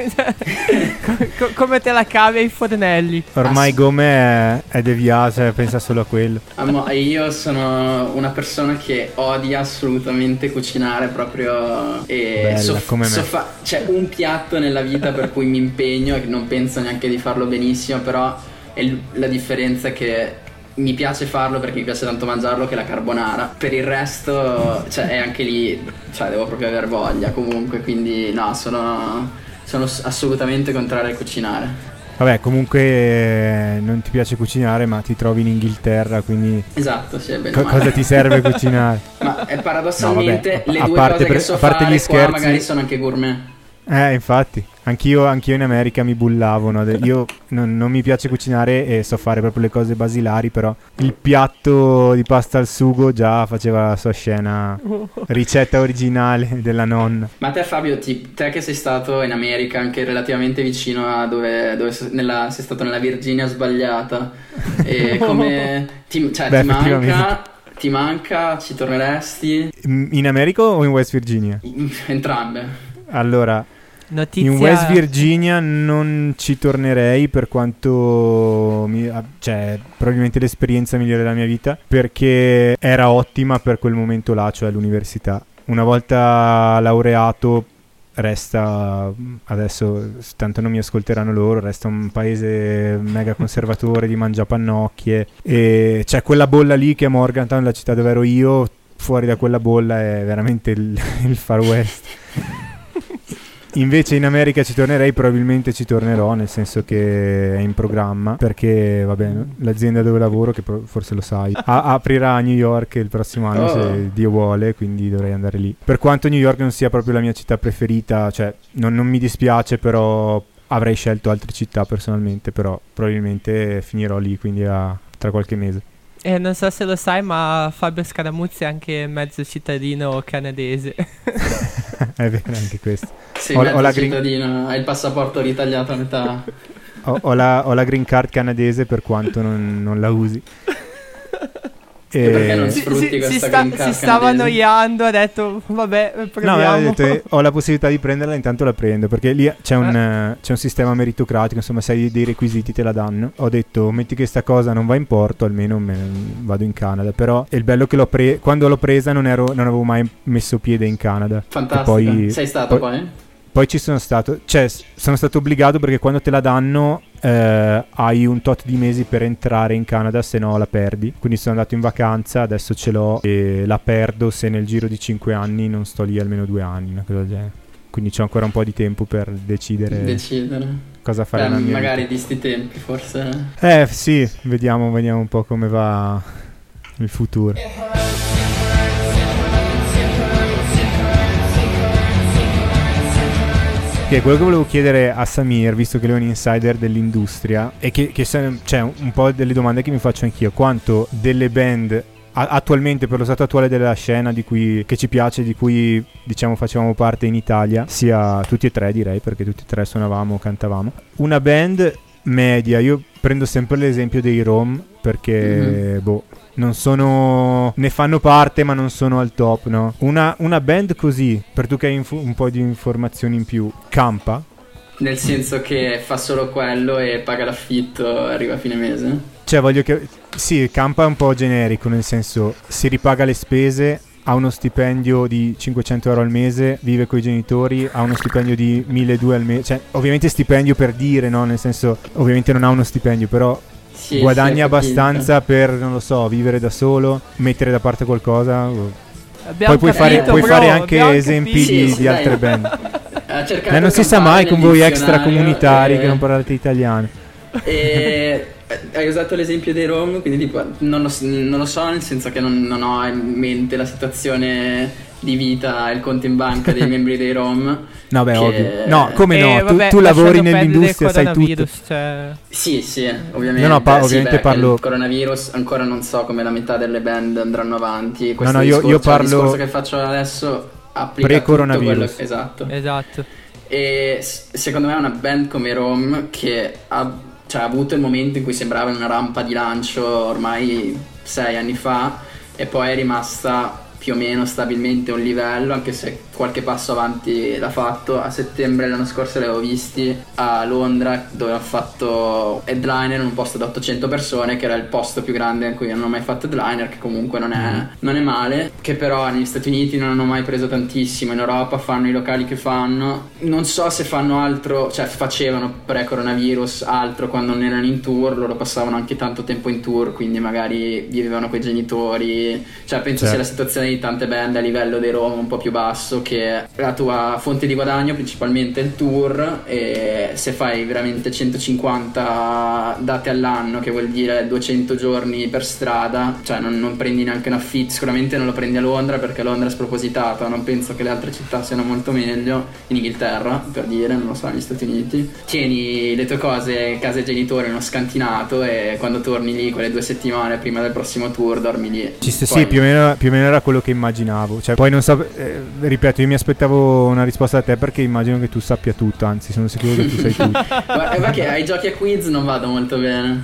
Co- co- come te la cavi ai fornelli. Ormai Ass- Gome è, è deviato, cioè, pensa solo a quello. Amo- io sono una persona che odia assolutamente cucinare proprio e Bella, so, come me. so fa- c'è un piatto nella vita per cui mi impegno e non penso neanche di farlo benissimo, però è l- la differenza è che mi piace farlo perché mi piace tanto mangiarlo, che è la carbonara. Per il resto, cioè, è anche lì, cioè, devo proprio aver voglia comunque, quindi no, sono, sono s- assolutamente contrario a cucinare. Vabbè, comunque eh, non ti piace cucinare, ma ti trovi in Inghilterra, quindi Esatto, sì, è bene co- o male. cosa ti serve cucinare? Ma eh, paradossalmente No, vabbè, a- le a due parte cose pre- che so a parte fare gli qua scherzi- magari sono anche gourmet. Eh, infatti, anch'io, anch'io in America mi bullavano. de- Io non, non mi piace cucinare e so fare proprio le cose basilari, però il piatto di pasta al sugo già faceva la sua scena, ricetta originale della nonna. Ma te Fabio, ti- te che sei stato in America anche relativamente vicino a dove, dove se- nella- sei stato nella Virginia sbagliata, e come ti, cioè, Beh, ti manca, effettivamente. ti manca, ci torneresti? In in America o in West Virginia? Entrambe. Allora, Notizia. in West Virginia non ci tornerei, per quanto mi, ah, cioè probabilmente l'esperienza migliore della mia vita, perché era ottima per quel momento là, cioè l'università. Una volta laureato resta, adesso tanto non mi ascolteranno loro, resta un paese mega conservatore di mangiapannocchie, e c'è quella bolla lì che è Morgantown, la città dove ero io. Fuori da quella bolla è veramente il, il Far West. Invece in America ci tornerei, probabilmente ci tornerò, nel senso che è in programma, perché vabbè, l'azienda dove lavoro, che forse lo sai, a- aprirà a New York il prossimo anno, oh. se Dio vuole, quindi dovrei andare lì. Per quanto New York non sia proprio la mia città preferita, cioè non, non mi dispiace, però avrei scelto altre città personalmente, però probabilmente finirò lì, quindi a, tra qualche mese. E non so se lo sai, ma Fabio Scaramuzzi è anche mezzo cittadino canadese. È vero anche questo. Sì, ho, mezzo ho la cittadino, green... hai il passaporto ritagliato a metà. ho, ho, la, ho la green card canadese, per quanto non, non la usi. E perché non sfrutti si, questa si, sta, green card si stava canadese? Annoiando, ha detto vabbè, proviamo. No, ho detto eh, ho la possibilità di prenderla, intanto la prendo, perché lì c'è un, eh. uh, c'è un sistema meritocratico, insomma, se hai dei requisiti te la danno. Ho detto metti che sta cosa non va in porto, almeno me, vado in Canada. Però è il bello che l'ho pre- quando l'ho presa non, ero, non avevo mai messo piede in Canada. Fantastico. Poi, sei stato poi? poi? Poi ci sono stato, cioè sono stato obbligato, perché quando te la danno eh, hai un tot di mesi per entrare in Canada, se no la perdi. Quindi sono andato in vacanza, adesso ce l'ho e la perdo se nel giro di cinque anni non sto lì almeno due anni, una cosa del genere. Quindi c'ho ancora un po' di tempo per decidere, decidere. cosa fare Beh, nella mia magari vita. di sti tempi forse. Eh sì, vediamo, vediamo un po' come va il futuro. Che quello che volevo chiedere a Samir, visto che lui è un insider dell'industria, e che, che c'è cioè, un po' delle domande che mi faccio anch'io: quanto delle band a- attualmente, per lo stato attuale della scena di cui, che ci piace, di cui diciamo facevamo parte in Italia, sia tutti e tre direi, perché tutti e tre suonavamo, cantavamo, una band media, io prendo sempre l'esempio dei Rom, perché mm-hmm. boh, non sono, ne fanno parte ma non sono al top, no? Una, una band così, per tu che hai inf- un po' di informazioni in più, campa? Nel senso che fa solo quello e paga l'affitto e arriva a fine mese? Cioè voglio che... Sì, campa è un po' generico, nel senso si ripaga le spese, ha uno stipendio di cinquecento euro al mese, vive coi genitori, ha uno stipendio di milleduecento al mese, cioè ovviamente stipendio per dire, no? Nel senso, ovviamente non ha uno stipendio, però... Sì, guadagni abbastanza per, non lo so, vivere da solo, mettere da parte qualcosa. Abbiamo Poi puoi fare, puoi bro, fare anche esempi sì, di, sì, di altre band. Eh, non si sa mai con voi extracomunitari e... che non parlate italiano. E hai usato l'esempio dei Rom, quindi tipo non lo, non lo so, nel senso che non, non ho in mente la situazione di vita e il conto in banca dei membri dei Rom. No, beh, che... ovvio. No, come no? Eh, tu, vabbè, tu lavori nell'industria, sai tutto. Cioè... Sì, sì, ovviamente. No, no, pa- sì, ovviamente beh, parlo. Il coronavirus ancora non so come la metà delle band andranno avanti. No, Questo no, io, discorso, io parlo. Il discorso che faccio adesso applica pre-coronavirus. tutto quello... Esatto. Esatto. E secondo me è una band come Rom che ha, cioè, ha avuto il momento in cui sembrava una rampa di lancio ormai sei anni fa e poi è rimasta più o meno stabilmente a un livello, anche se qualche passo avanti l'ha fatto. A settembre l'anno scorso li avevo visti a Londra, dove ho fatto headliner in un posto da ottocento persone, che era il posto più grande in cui non ho mai fatto headliner, che comunque non è, non è male, che però negli Stati Uniti non hanno mai preso tantissimo, in Europa fanno i locali che fanno, non so se fanno altro, cioè facevano pre-coronavirus altro quando non erano in tour, loro passavano anche tanto tempo in tour, quindi magari vivevano coi genitori, cioè penso certo. sia la situazione di tante band a livello dei Rom un po' più basso, che la tua fonte di guadagno principalmente è il tour, e se fai veramente centocinquanta date all'anno, che vuol dire duecento giorni per strada, cioè non, non prendi neanche un affitto, sicuramente non lo prendi a Londra perché Londra è spropositata, non penso che le altre città siano molto meglio, in Inghilterra per dire, non lo so, negli Stati Uniti tieni le tue cose in casa dei genitori in uno scantinato e quando torni lì quelle due settimane prima del prossimo tour dormi lì. Ci st- poi... Sì, più o, meno, più o meno era quello che immaginavo, cioè poi non so, eh, ripeto, io mi aspettavo una risposta da te perché immagino che tu sappia tutto, anzi sono sicuro che tu sai tutto. Guarda che ai giochi a quiz non vado molto bene.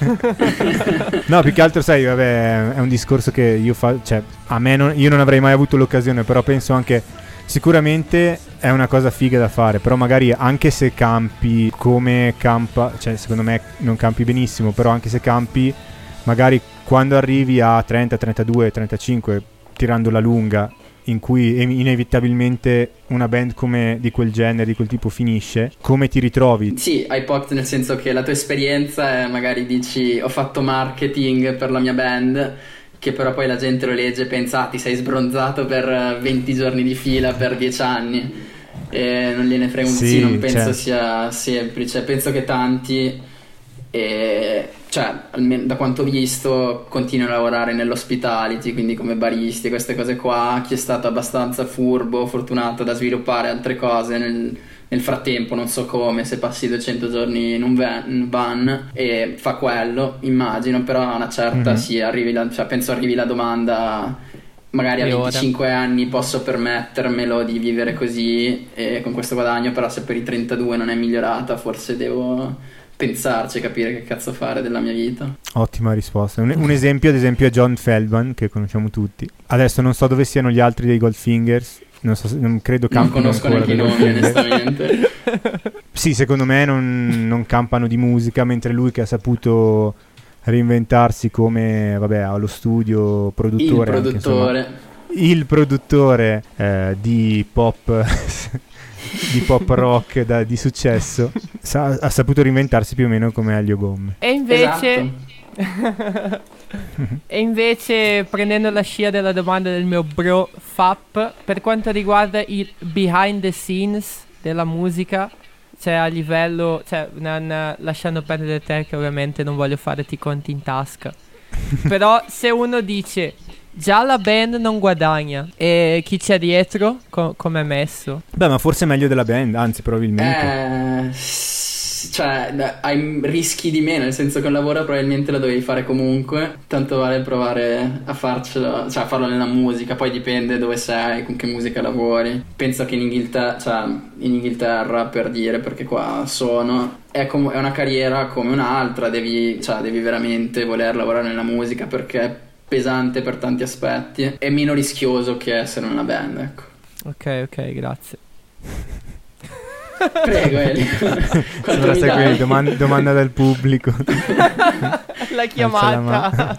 No, più che altro sai, vabbè, è un discorso che io faccio, cioè a me non, io non avrei mai avuto l'occasione, però penso anche sicuramente è una cosa figa da fare, però magari anche se campi come campa, cioè secondo me non campi benissimo, però anche se campi magari quando arrivi a trenta, trentadue, trentacinque tirando la lunga in cui inevitabilmente una band come di quel genere, di quel tipo finisce, come ti ritrovi? Sì, hai pocket nel senso che la tua esperienza è, magari dici ho fatto marketing per la mia band, che però poi la gente lo legge e pensa ah, ti sei sbronzato per venti giorni di fila per dieci anni e non gliene frega un sì, sì, non penso certo. sia semplice, penso che tanti e, cioè almeno da quanto ho visto continuano a lavorare nell'hospitality, quindi come baristi, queste cose qua. Chi è stato abbastanza furbo, fortunato da sviluppare altre cose nel, nel frattempo, non so come, se passi duecento giorni in un van, in un van e fa quello, immagino, però a una certa Mm-hmm. sì, arrivi la, cioè, penso arrivi la domanda magari a E ora? venticinque anni posso permettermelo di vivere così e con questo guadagno, però se per i trentadue non è migliorata forse devo pensarci e capire che cazzo fare della mia vita. Ottima risposta. Un, un esempio ad esempio è John Feldman, che conosciamo tutti. Adesso non so dove siano gli altri dei Goldfingers, non, so se, non credo Non campino conosco ancora neanche i dei nomi Goldfinger. onestamente. Sì, secondo me non, non campano di musica, mentre lui che ha saputo reinventarsi come, vabbè, allo studio, Il produttore anche, insomma, produttore. il produttore eh, di pop di pop rock da, di successo sa- ha saputo reinventarsi più o meno come Elio Gomme. E invece Esatto. E invece, prendendo la scia della domanda del mio bro Fap, per quanto riguarda il behind the scenes della musica, cioè a livello, cioè non, lasciando perdere te che ovviamente non voglio fare ti conti in tasca, però se uno dice già la band non guadagna e chi c'è dietro co- come è messo? Beh, ma forse è meglio della band, anzi probabilmente. Eh, s- cioè d- hai rischi di meno, nel senso che un lavoro probabilmente lo dovevi fare comunque, tanto vale provare a farcelo, cioè a farlo nella musica, poi dipende dove sei, con che musica lavori. Penso che in Inghilterra, cioè in Inghilterra per dire, perché qua sono, è, com- è una carriera come un'altra, devi, cioè, devi veramente voler lavorare nella musica perché è pesante per tanti aspetti, è meno rischioso che essere una band, ecco. Ok, ok, grazie. Prego Eli. Quanto Sembra mi sta dai? qui, doman- domanda dal pubblico. La chiamata.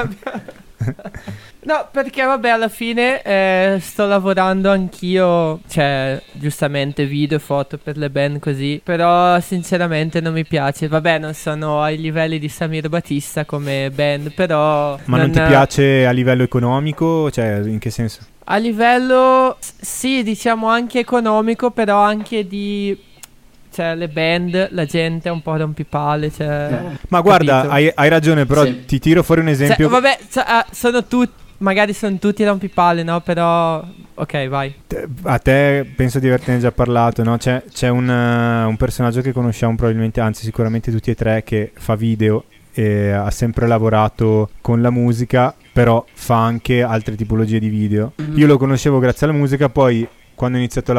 No, perché vabbè, alla fine eh, sto lavorando anch'io, cioè giustamente video e foto per le band così, però sinceramente non mi piace. Vabbè, non sono ai livelli di Samir Batista come band, però Ma non ti piace a livello economico? Cioè, in che senso? a livello s- sì, diciamo anche economico, però anche di, cioè le band, la gente è un po' rompipalle, cioè, Ma guarda, capito? hai, hai ragione, però Sì. ti tiro fuori un Cioè, esempio. vabbè, cioè, ah, sono tutti, magari sono tutti rompipalle, no? Però ok, vai. Te- A te penso di avertene già parlato, no? C'è, c'è un, uh, un personaggio che conosciamo probabilmente, anzi sicuramente tutti e tre, che fa video e ha sempre lavorato con la musica, però fa anche altre tipologie di video. Mhm. Io lo conoscevo grazie alla musica, poi quando ho iniziato a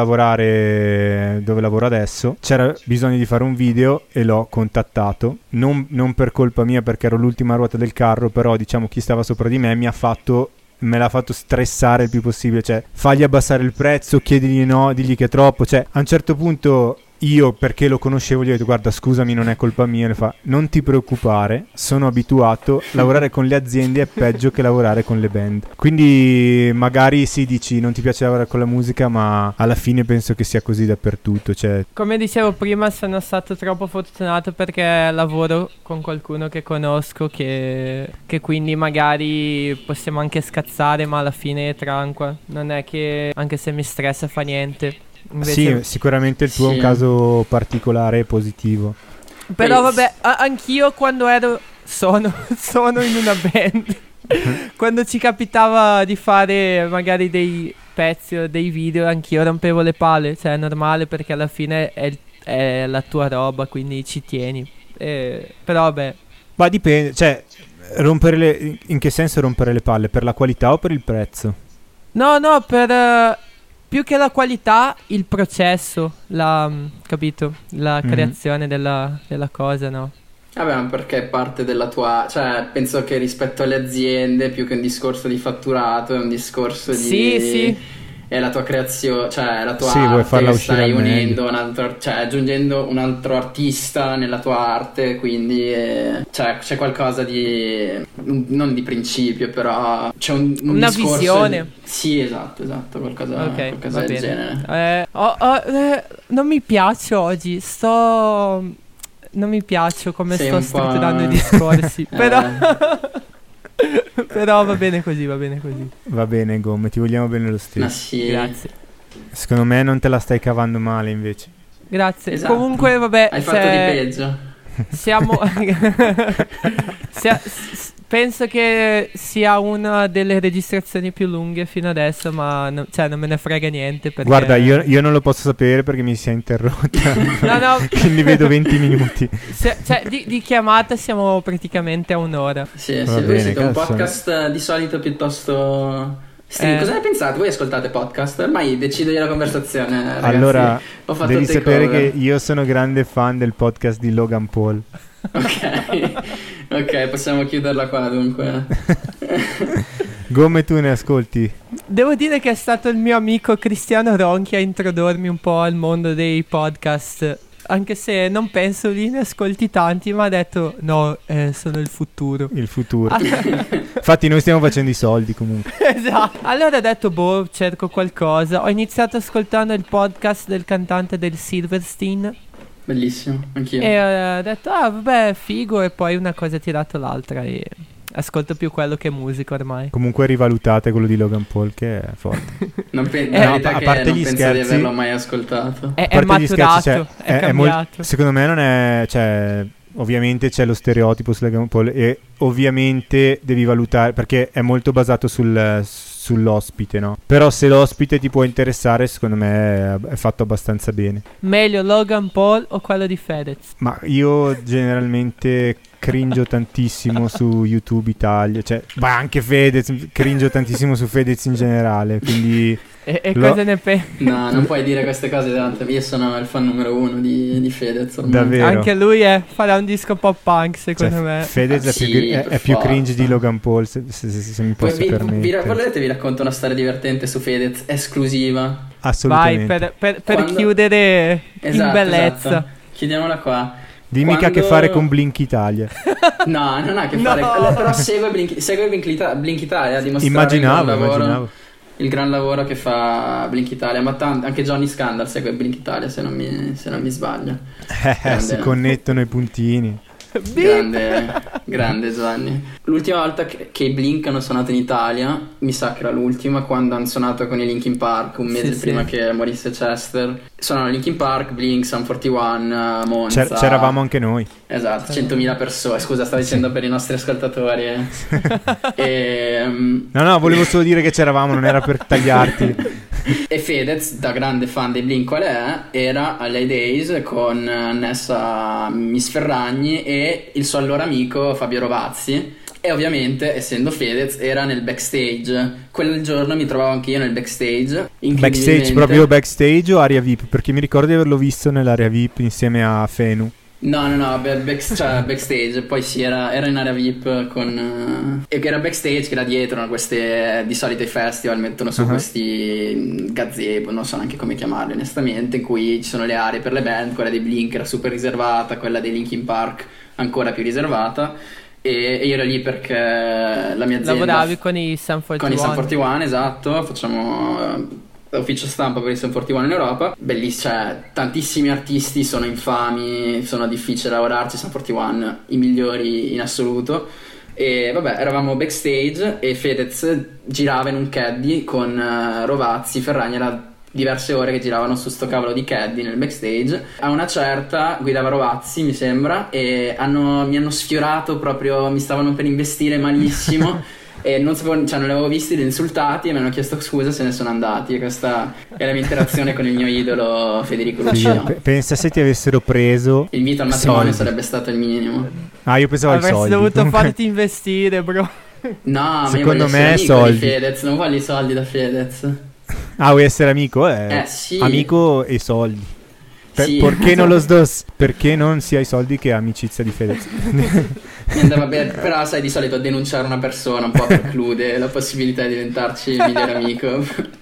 lavorare dove lavoro adesso c'era bisogno di fare un video e l'ho contattato, non, non per colpa mia perché ero l'ultima ruota del carro, però diciamo chi stava sopra di me mi ha fatto me l'ha fatto stressare il più possibile, cioè fagli abbassare il prezzo, chiedigli no, digli che è troppo, cioè a un certo punto io, perché lo conoscevo, gli ho detto guarda scusami non è colpa mia, le fa non ti preoccupare, sono abituato, lavorare con le aziende è peggio che lavorare con le band, quindi magari sì dici non ti piace lavorare con la musica, ma alla fine penso che sia così dappertutto, cioè Come dicevo prima, sono stato troppo fortunato perché lavoro con qualcuno che conosco, che, che quindi magari possiamo anche scazzare, ma alla fine è tranquillo, non è che anche se mi stressa fa niente. Invece, sì, sicuramente il tuo è un Sì. caso particolare e positivo. però Poi- vabbè, a- anch'io quando ero sono, sono in una band, quando ci capitava di fare magari dei pezzi o dei video, anch'io rompevo le palle, cioè è normale perché alla fine è, il- è la tua roba, quindi ci tieni. E, però vabbè, Ma dipende, cioè rompere le, in che senso rompere le palle? Per la qualità o per il prezzo? no, no, per eh, più che la qualità, il processo, la, mm, capito? La Mhm. creazione della, della cosa, no? Vabbè, ma perché è parte della tua... Cioè, penso che rispetto alle aziende, più che un discorso di fatturato, è un discorso di... Sì, sì. è la tua creazione, cioè la tua Sì, vuoi arte farla che uscire stai al unendo un altro, cioè aggiungendo un altro artista nella tua arte, quindi eh, cioè, c'è qualcosa di non di principio, però c'è un, un una discorso visione. di- sì, esatto, esatto, qualcosa, Ok, qualcosa va del bene. genere. Eh, oh, oh, eh, non mi piace oggi, sto... Non mi piace come Sei sto un po'- strutturando i discorsi, Eh. però... però va bene così, va bene così. Va bene, Gomme, ti vogliamo bene lo Ma stesso. sì. Grazie. Secondo me non te la stai cavando male invece. Grazie. Esatto. Comunque, vabbè, Hai fatto di se- peggio. siamo... sia- s- penso che sia una delle registrazioni più lunghe fino adesso, ma no- cioè, non me ne frega niente perché... Guarda, io, io non lo posso sapere perché mi si è interrotta. No, no. Quindi vedo venti minuti. Se- cioè, di, di chiamata siamo praticamente a un'ora. Sì, Va sì, voi bene, siete un cazzo. podcast eh, di solito piuttosto... stream. Eh. Cosa ne pensate? Voi ascoltate podcast? Ormai decido io la conversazione, ragazzi. Allora, Ho fatto devi il sapere takeover. che io sono grande fan del podcast di Logan Paul. Ok, ok, possiamo chiuderla qua dunque. Gomme, tu ne ascolti? Devo dire che è stato il mio amico Cristiano Ronchi a introdurmi un po' al mondo dei podcast. Anche se non penso li ne ascolti tanti, ma ha detto no, eh, sono il futuro. Il futuro. Infatti noi stiamo facendo i soldi comunque. Esatto. Allora ho detto, boh, cerco qualcosa. Ho iniziato ascoltando il podcast del cantante del Silverstein. Bellissimo, anch'io. E eh, ho detto, ah, vabbè, figo. E poi una cosa ha tirato l'altra. E ascolto più quello che musica ormai. Comunque rivalutate quello di Logan Paul che è forte. Non pe- Eh, la no, verità a che parte non gli penso scherzi- di averlo mai ascoltato. È, A è parte gli scherzi, maturato, cioè, è, è mol- cambiato. secondo me non è, cioè, ovviamente c'è lo stereotipo su Logan Paul e ovviamente devi valutare perché è molto basato sul, sull'ospite, no? Però se l'ospite ti può interessare, secondo me è, è fatto abbastanza bene. Meglio Logan Paul o quello di Fedez? Ma io generalmente cringio tantissimo su YouTube Italia, cioè, ma anche Fedez, cringio tantissimo su Fedez in generale, quindi E, e Lo- cosa ne pensi? No, non puoi dire queste cose tanto. Io sono il fan numero uno di, di Fedez ormai. Davvero? Anche lui è, farà un disco pop punk, secondo cioè, me. Fedez è, Sì, più, gri- è- per è più forza. cringe di Logan Paul, se, se- se- se mi Poi posso vi, vi, permettere. volete vi racconto una storia divertente su Fedez, esclusiva. Vai, Assolutamente. per, per- per Quando- chiudere Esatto, in bellezza. esatto. Chiudiamola qua. Dimmi che ha a che Quando- fare con Blink Italia. No, non ha a che No. fare. Allora, però segue Blink, segue Blink, Ita- Blink Italia a dimostrare Immaginavo, il gran lavoro, immaginavo. il gran lavoro che fa Blink Italia. Ma tan- anche Johnny Scandal segue Blink Italia, se non mi, se non mi sbaglio. Eh, Grande. si connettono i puntini. Grande, grande Gianni. L'ultima volta che, che i Blink hanno suonato in Italia, mi sa che era l'ultima, quando hanno suonato con i Linkin Park un mese Sì, prima sì. che morisse Chester. Suonano Linkin Park, Blink, Sum quarantuno, Monza. C'er- c'eravamo anche noi. Esatto, centomila persone. Scusa, stavo dicendo per i nostri ascoltatori. e, um, No, no, volevo solo dire che c'eravamo, non era per tagliarti. e Fedez, da grande fan dei Blink qual è, era all'A Days con annessa Miss Ferragni e il suo allora amico Fabio Rovazzi. E ovviamente, essendo Fedez, era nel backstage. Quel giorno mi trovavo anche io nel backstage. Backstage, incredibilmente. proprio backstage o area V I P? Perché mi ricordo di averlo visto nell'area V I P insieme a Fenu. No, no, no, be- back- cioè, backstage, poi sì, era, era in area V I P con... eh, e che era backstage, che era dietro, no, queste, di solito i festival mettono su Uh-huh. questi mm, gazebo, non so neanche come chiamarli onestamente, in cui ci sono le aree per le band, quella dei Blink era super riservata, quella dei Linkin Park ancora più riservata, e, e io ero lì perché la mia azienda... Lavoravi con i Sum Con i quarantuno. Sum quarantuno, esatto, facciamo eh, ufficio stampa per i Sum quarantuno in Europa. Bellissimo, cioè tantissimi artisti sono infami, sono difficili lavorarci, Sum quarantuno i migliori in assoluto. E vabbè, eravamo backstage e Fedez girava in un caddy con eh, Rovazzi, Ferragni, era diverse ore che giravano su sto cavolo di caddy nel backstage. A una certa guidava Rovazzi, mi sembra, e hanno, mi hanno sfiorato proprio, mi stavano per investire malissimo. E non sapevo, cioè non li avevo visti, li ho insultati e mi hanno chiesto scusa, se ne sono andati. E questa è la mia interazione con il mio idolo Federico Sì, Lucino. pe- pensa se ti avessero preso. Il mito al matrimonio soldi. sarebbe stato il minimo. Ah, io pensavo ai Avresti soldi. dovuto Comunque- farti investire, bro. No, ma io Secondo voglio me essere amico soldi. di Fedez, non voglio i soldi da Fedez. Ah, vuoi essere amico? Eh, Eh, sì. Amico e soldi. Per- Sì. Perché non lo dos? Perché non sia i soldi che amicizia di Fedez? Mi andava bene, però sai, di solito denunciare una persona un po' preclude la possibilità di diventarci il migliore amico.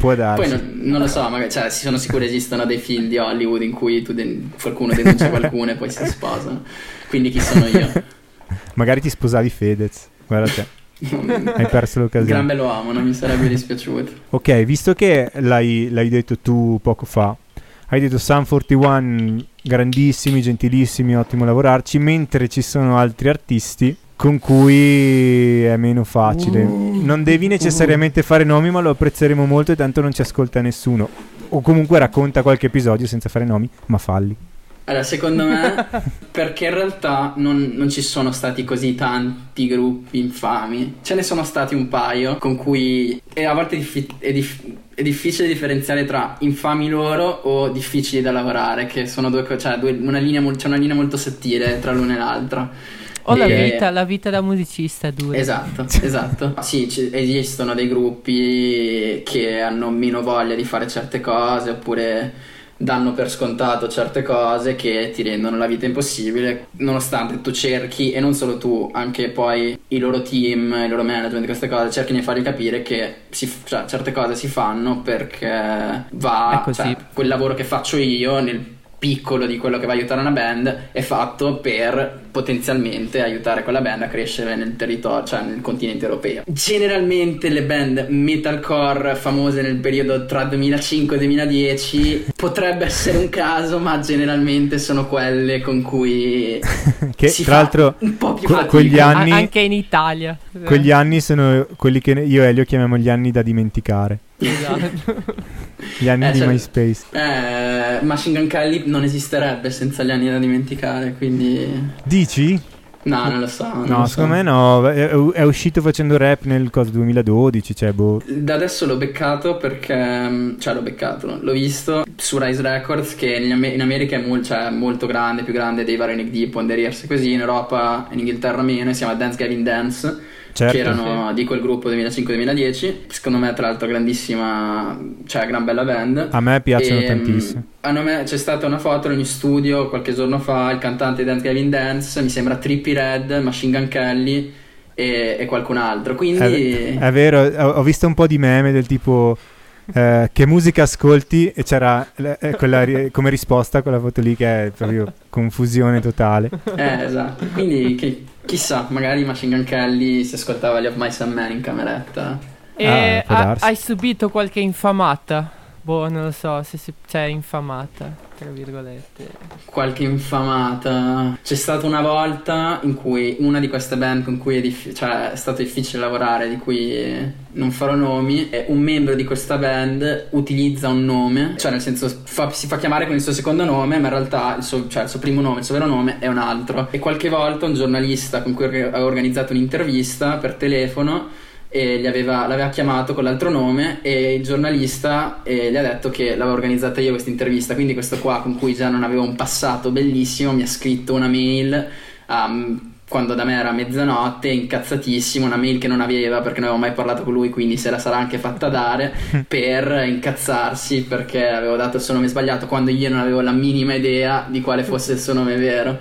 Può darsi. Poi non, non lo so, magari, cioè, si sono sicuro esistono dei film di Hollywood in cui tu den- qualcuno denuncia qualcuno e poi si sposano. Quindi chi sono io? Magari ti sposavi Fedez, guarda te. Hai perso l'occasione. Gran bell'uomo, non mi sarebbe dispiaciuto. Ok, visto che l'hai, l'hai detto tu poco fa, hai detto Sum quarantuno grandissimi, gentilissimi, ottimo lavorarci, mentre ci sono altri artisti con cui è meno facile. Non devi necessariamente fare nomi, ma lo apprezzeremo molto e tanto non ci ascolta nessuno. O comunque racconta qualche episodio senza fare nomi, ma falli. Allora, secondo me, perché in realtà non, non ci sono stati così tanti gruppi infami. Ce ne sono stati un paio con cui e a volte è, diffi- è, dif- è difficile differenziare tra infami loro o difficili da lavorare, che sono due cose, cioè due, una linea, mo- c'è una linea molto sottile tra l'una e l'altra. O la E- vita, la vita da musicista è dura. Esatto, esatto. Sì, ci- esistono dei gruppi che hanno meno voglia di fare certe cose oppure danno per scontato certe cose che ti rendono la vita impossibile, nonostante tu cerchi, e non solo tu, anche poi i loro team, i loro management, queste cose, cerchino di fargli capire che si, cioè, certe cose si fanno perché È va, così. cioè, quel lavoro che faccio io nel piccolo di quello che va a aiutare una band è fatto per potenzialmente aiutare quella band a crescere nel territorio, cioè nel continente europeo. Generalmente le band metalcore famose nel periodo tra duemilacinque e duemiladieci potrebbe essere un caso, ma generalmente sono quelle con cui Che si tra fa l'altro un po' più que- fatica. quegli A- anni anche in Italia. quegli anni sono quelli che io e Elio chiamiamo gli anni da dimenticare, Esatto. gli anni Eh, di cioè- MySpace. Eh, Machine Gun Kelly non esisterebbe senza gli anni da dimenticare, quindi Dici? no, non lo so. non No, lo secondo so. me no, è, è uscito facendo rap nel coso duemiladodici, cioè boh. Da adesso l'ho beccato perché, cioè l'ho beccato, l'ho visto su Rise Records che in, Am- in America è mol- cioè, molto grande, più grande dei vari Nick Deep, One Ears e così, in Europa e in Inghilterra meno, si chiama Dance Gavin Dance, Certo. che erano di quel gruppo duemilacinque duemiladieci, secondo me tra l'altro grandissima, cioè gran bella band. A me piacciono E, tantissimo. a nome- c'è stata una foto nel mio studio qualche giorno fa, il cantante di Dance Gavin Dance, mi sembra Trippie Redd, Machine Gun Kelly e, e qualcun altro, quindi È, è vero, ho, ho visto un po' di meme del tipo eh, che musica ascolti, e c'era eh, quella ri- come risposta a quella foto lì che è proprio confusione totale. Eh, esatto. Quindi chi- chissà, magari Machine Gun Kelly si ascoltava gli Of Mice and Men in cameretta. E Ah, può ha- darsi. hai subito qualche infamata? Boh, non lo so se si... cioè infamata, tra virgolette. Qualche infamata. C'è stata una volta in cui una di queste band con cui è, dif- cioè, è stato difficile lavorare, di cui non farò nomi, e un membro di questa band utilizza un nome, cioè nel senso fa- si fa chiamare con il suo secondo nome, ma in realtà il suo, cioè, il suo primo nome, il suo vero nome è un altro. E qualche volta un giornalista con cui ho organizzato un'intervista per telefono e gli aveva, l'aveva chiamato con l'altro nome, e il giornalista eh, gli ha detto che l'avevo organizzata io questa intervista, quindi questo qua con cui già non avevo un passato bellissimo mi ha scritto una mail um, quando da me era mezzanotte, incazzatissimo, una mail che non aveva perché non avevo mai parlato con lui, quindi se la sarà anche fatta dare, per incazzarsi perché avevo dato il suo nome sbagliato quando io non avevo la minima idea di quale fosse il suo nome vero.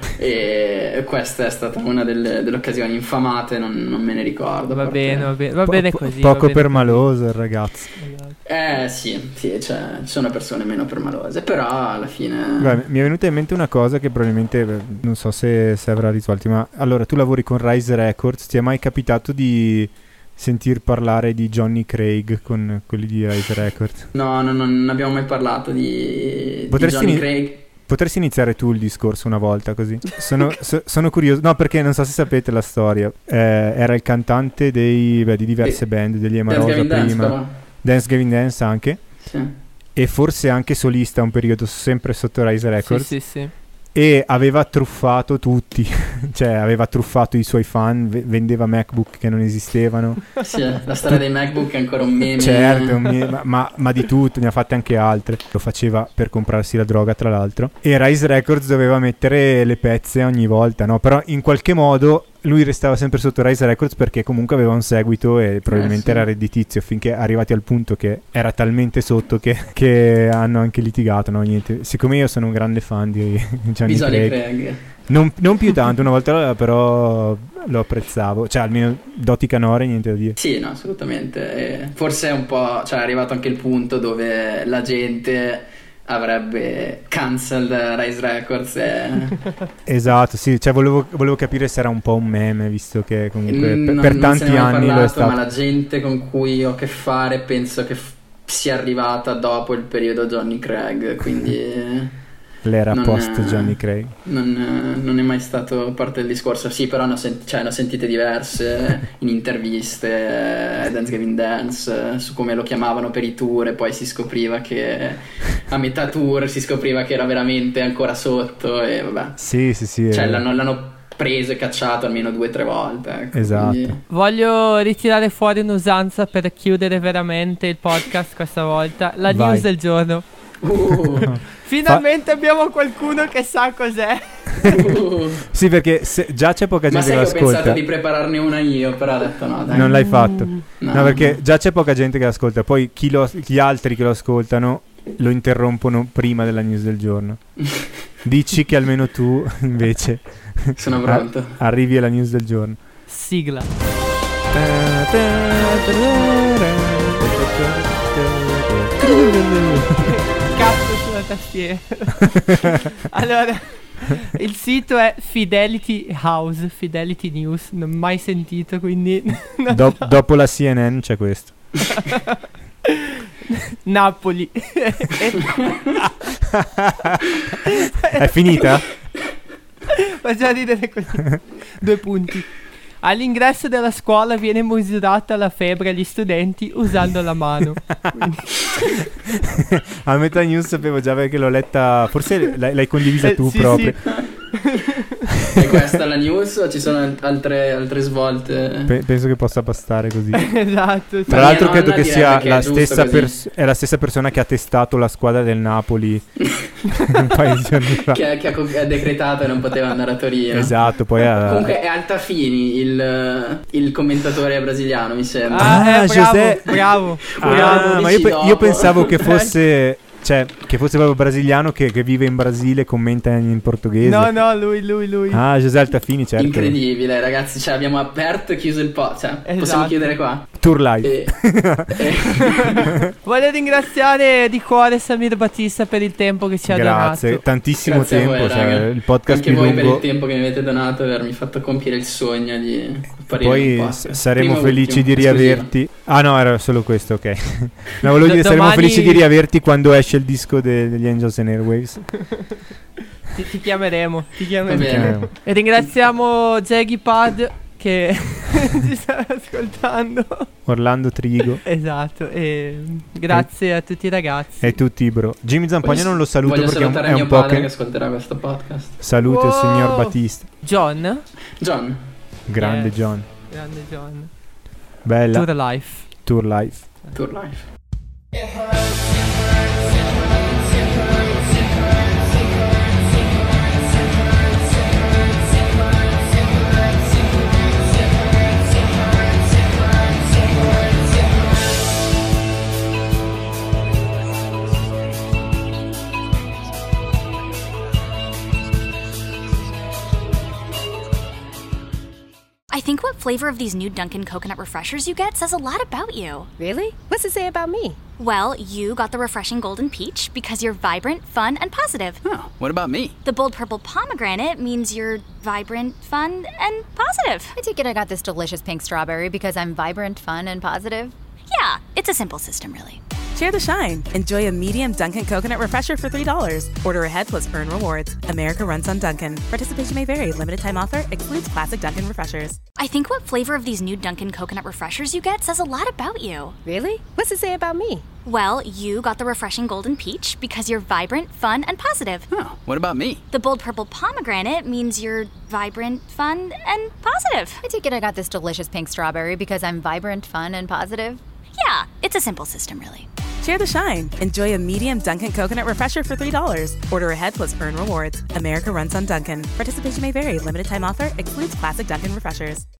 E questa è stata una delle, delle occasioni infamate, non, non me ne ricordo. Va perché- bene, va bene, va Po- bene po- così. va poco bene così. permaloso il ragazzo. Esatto. Eh sì, sì, cioè, ci sono persone meno permalose, però alla fine... Guarda, mi è venuta in mente una cosa che probabilmente eh, non so se, se avrà risvolti, ma allora tu lavori con Rise Records, ti è mai capitato di sentir parlare di Johnny Craig con quelli di Rise Records? No, no, no, non abbiamo mai parlato di, di Potresti Johnny ini- Craig. Potresti iniziare tu il discorso una volta così? Sono, so- sono curioso, no, perché non so se sapete la storia. Eh, era il cantante dei, beh, di diverse Eh, band, degli Ema Dance Rosa Gavin Dance, prima, però. Dance Gavin Dance anche, Sì. e forse anche solista un periodo sempre sotto Rise Records. Sì, sì, sì. E aveva truffato tutti, cioè aveva truffato i suoi fan, v- vendeva MacBook che non esistevano. Sì, la storia dei MacBook è ancora un meme. Certo, un mie- ma, ma- ma di tutto, ne ha fatte anche altre. Lo faceva per comprarsi la droga, tra l'altro. E Rise Records doveva mettere le pezze ogni volta, no? Però in qualche modo lui restava sempre sotto Rise Records perché comunque aveva un seguito e probabilmente Eh, sì. era redditizio, finché arrivati al punto che era talmente sotto che, che hanno anche litigato. No, niente. Siccome io sono un grande fan di Johnny Di Johnny Craig, Craig. Non, non più tanto, una volta però lo apprezzavo, cioè almeno doti canore, niente da dire. Sì, no, assolutamente. E forse è un po', cioè è arrivato anche il punto dove la gente avrebbe cancelled Rise Records e... Esatto, sì, cioè volevo, volevo capire se era un po' un meme, visto che comunque Mm, per, non- per non se tanti ne è mai anni lo è parlato, stato. ma la gente con cui ho a che fare penso che f- sia arrivata dopo il periodo Johnny Craig, quindi L'era non post è- Johnny Craig. non, non è mai stato parte del discorso. Sì, però ne ho, sent- cioè, ne ho sentite diverse in interviste, eh, Dance Gavin Dance, eh, su come lo chiamavano per i tour, e poi si scopriva che a metà tour si scopriva che era veramente ancora sotto, e vabbè, Sì, sì, sì. cioè eh, l'hanno, l'hanno preso e cacciato almeno due o tre volte, ecco, Esatto. quindi- Voglio ritirare fuori un'usanza per chiudere veramente il podcast questa volta. La Vai. news del giorno. Uh, Finalmente abbiamo qualcuno che sa cos'è. uh. Sì, perché se- già c'è poca Ma gente sai che che ho pensato l'ascolta. di prepararne una io, però ho detto no, dai. Non l'hai fatto. No, No, perché già c'è poca gente che l'ascolta. Poi chi lo- gli altri che lo ascoltano lo interrompono prima della news del giorno. Dici che almeno tu invece sono pronto. a- arrivi alla news del giorno. Sigla. Cazzo sulla tastiera. Allora, il sito è Fidelity House, Fidelity News, non ho mai sentito, quindi non Do- so. dopo la C N N c'è questo. Napoli. È finita? Facciamo ridere così. Due punti. All'ingresso della scuola viene misurata la febbre agli studenti usando la mano. Quindi- A metà news sapevo già perché l'ho letta. Forse l'hai, l'hai condivisa Eh, tu sì, proprio. E questa è la news o ci sono altre, altre svolte? Pe- penso che possa bastare così. Esatto. Sì. Tra mia l'altro credo nonna che direbbe sia che è la giusto stessa così. pers- è la stessa persona che ha testato la squadra del Napoli un paio di giorni fa. Che, che ha, co- ha decretato e non poteva andare a Torino. Esatto, poi ha... Comunque è Altafini il, il commentatore brasiliano, mi sembra. Ah, Ah, eh, bravo, José. bravo. Ah, Bravo, ma io, dici pe- dopo. io pensavo che fosse cioè che fosse proprio brasiliano che, che vive in Brasile e commenta in portoghese. No, no, lui, lui, lui. Ah, José Altafini, certo. Incredibile, ragazzi. Cioè, abbiamo aperto e chiuso il po'. Cioè, possiamo Esatto. chiudere qua. Tour live. E, e- Voglio ringraziare di cuore Samir Battista per il tempo che ci ha Grazie, donato. tantissimo Grazie a tempo, voi, cioè, raga. il podcast Anche più voi per lungo. il tempo che mi avete donato e avermi fatto compiere il sogno di apparire Poi in un s- podcast. saremo Primo e felici ultimo, di esclusiva. riaverti. Ah no, era solo questo, ok. No, volevo Do- dire saremo domani- felici di riaverti quando esce il disco de- degli Angels and Airwaves. Ti, ti chiameremo, ti Va chiameremo. bene. Chiamiamo. E ringraziamo Jaggy Pad che ci sta ascoltando. Orlando Trigo Esatto, e grazie a tutti i ragazzi. e tutti bro. Jimmy Zampogna Voglio- non lo saluto voglio perché è un, salutare è un mio po' padre che che ascolterà questo podcast. saluta il Wow. signor Battista. John, John, Grande Yes. John. grande John. Bella To the life. Tour life. Tour Life. I think what flavor of these new Dunkin' Coconut Refreshers you get says a lot about you. Really? What's it say about me? Well, you got the refreshing golden peach because you're vibrant, fun, and positive. Oh, what about me? The bold purple pomegranate means you're vibrant, fun, and positive. I take it I got this delicious pink strawberry because I'm vibrant, fun, and positive. Yeah, it's a simple system, really. Share the shine. Enjoy a medium Dunkin' Coconut Refresher for three dollars. Order ahead plus earn rewards. America runs on Dunkin'. Participation may vary. Limited time offer. Excludes classic Dunkin' Refreshers. I think what flavor of these new Dunkin' Coconut Refreshers you get says a lot about you. Really? What's it say about me? Well, you got the refreshing golden peach because you're vibrant, fun, and positive. Oh, what about me? The bold purple pomegranate means you're vibrant, fun, and positive. I take it I got this delicious pink strawberry because I'm vibrant, fun, and positive. Yeah, it's a simple system, really. Share the shine. Enjoy a medium Dunkin' Coconut Refresher for three dollars. Order ahead plus earn rewards. America runs on Dunkin'. Participation may vary. Limited time offer. Excludes classic Dunkin' Refreshers.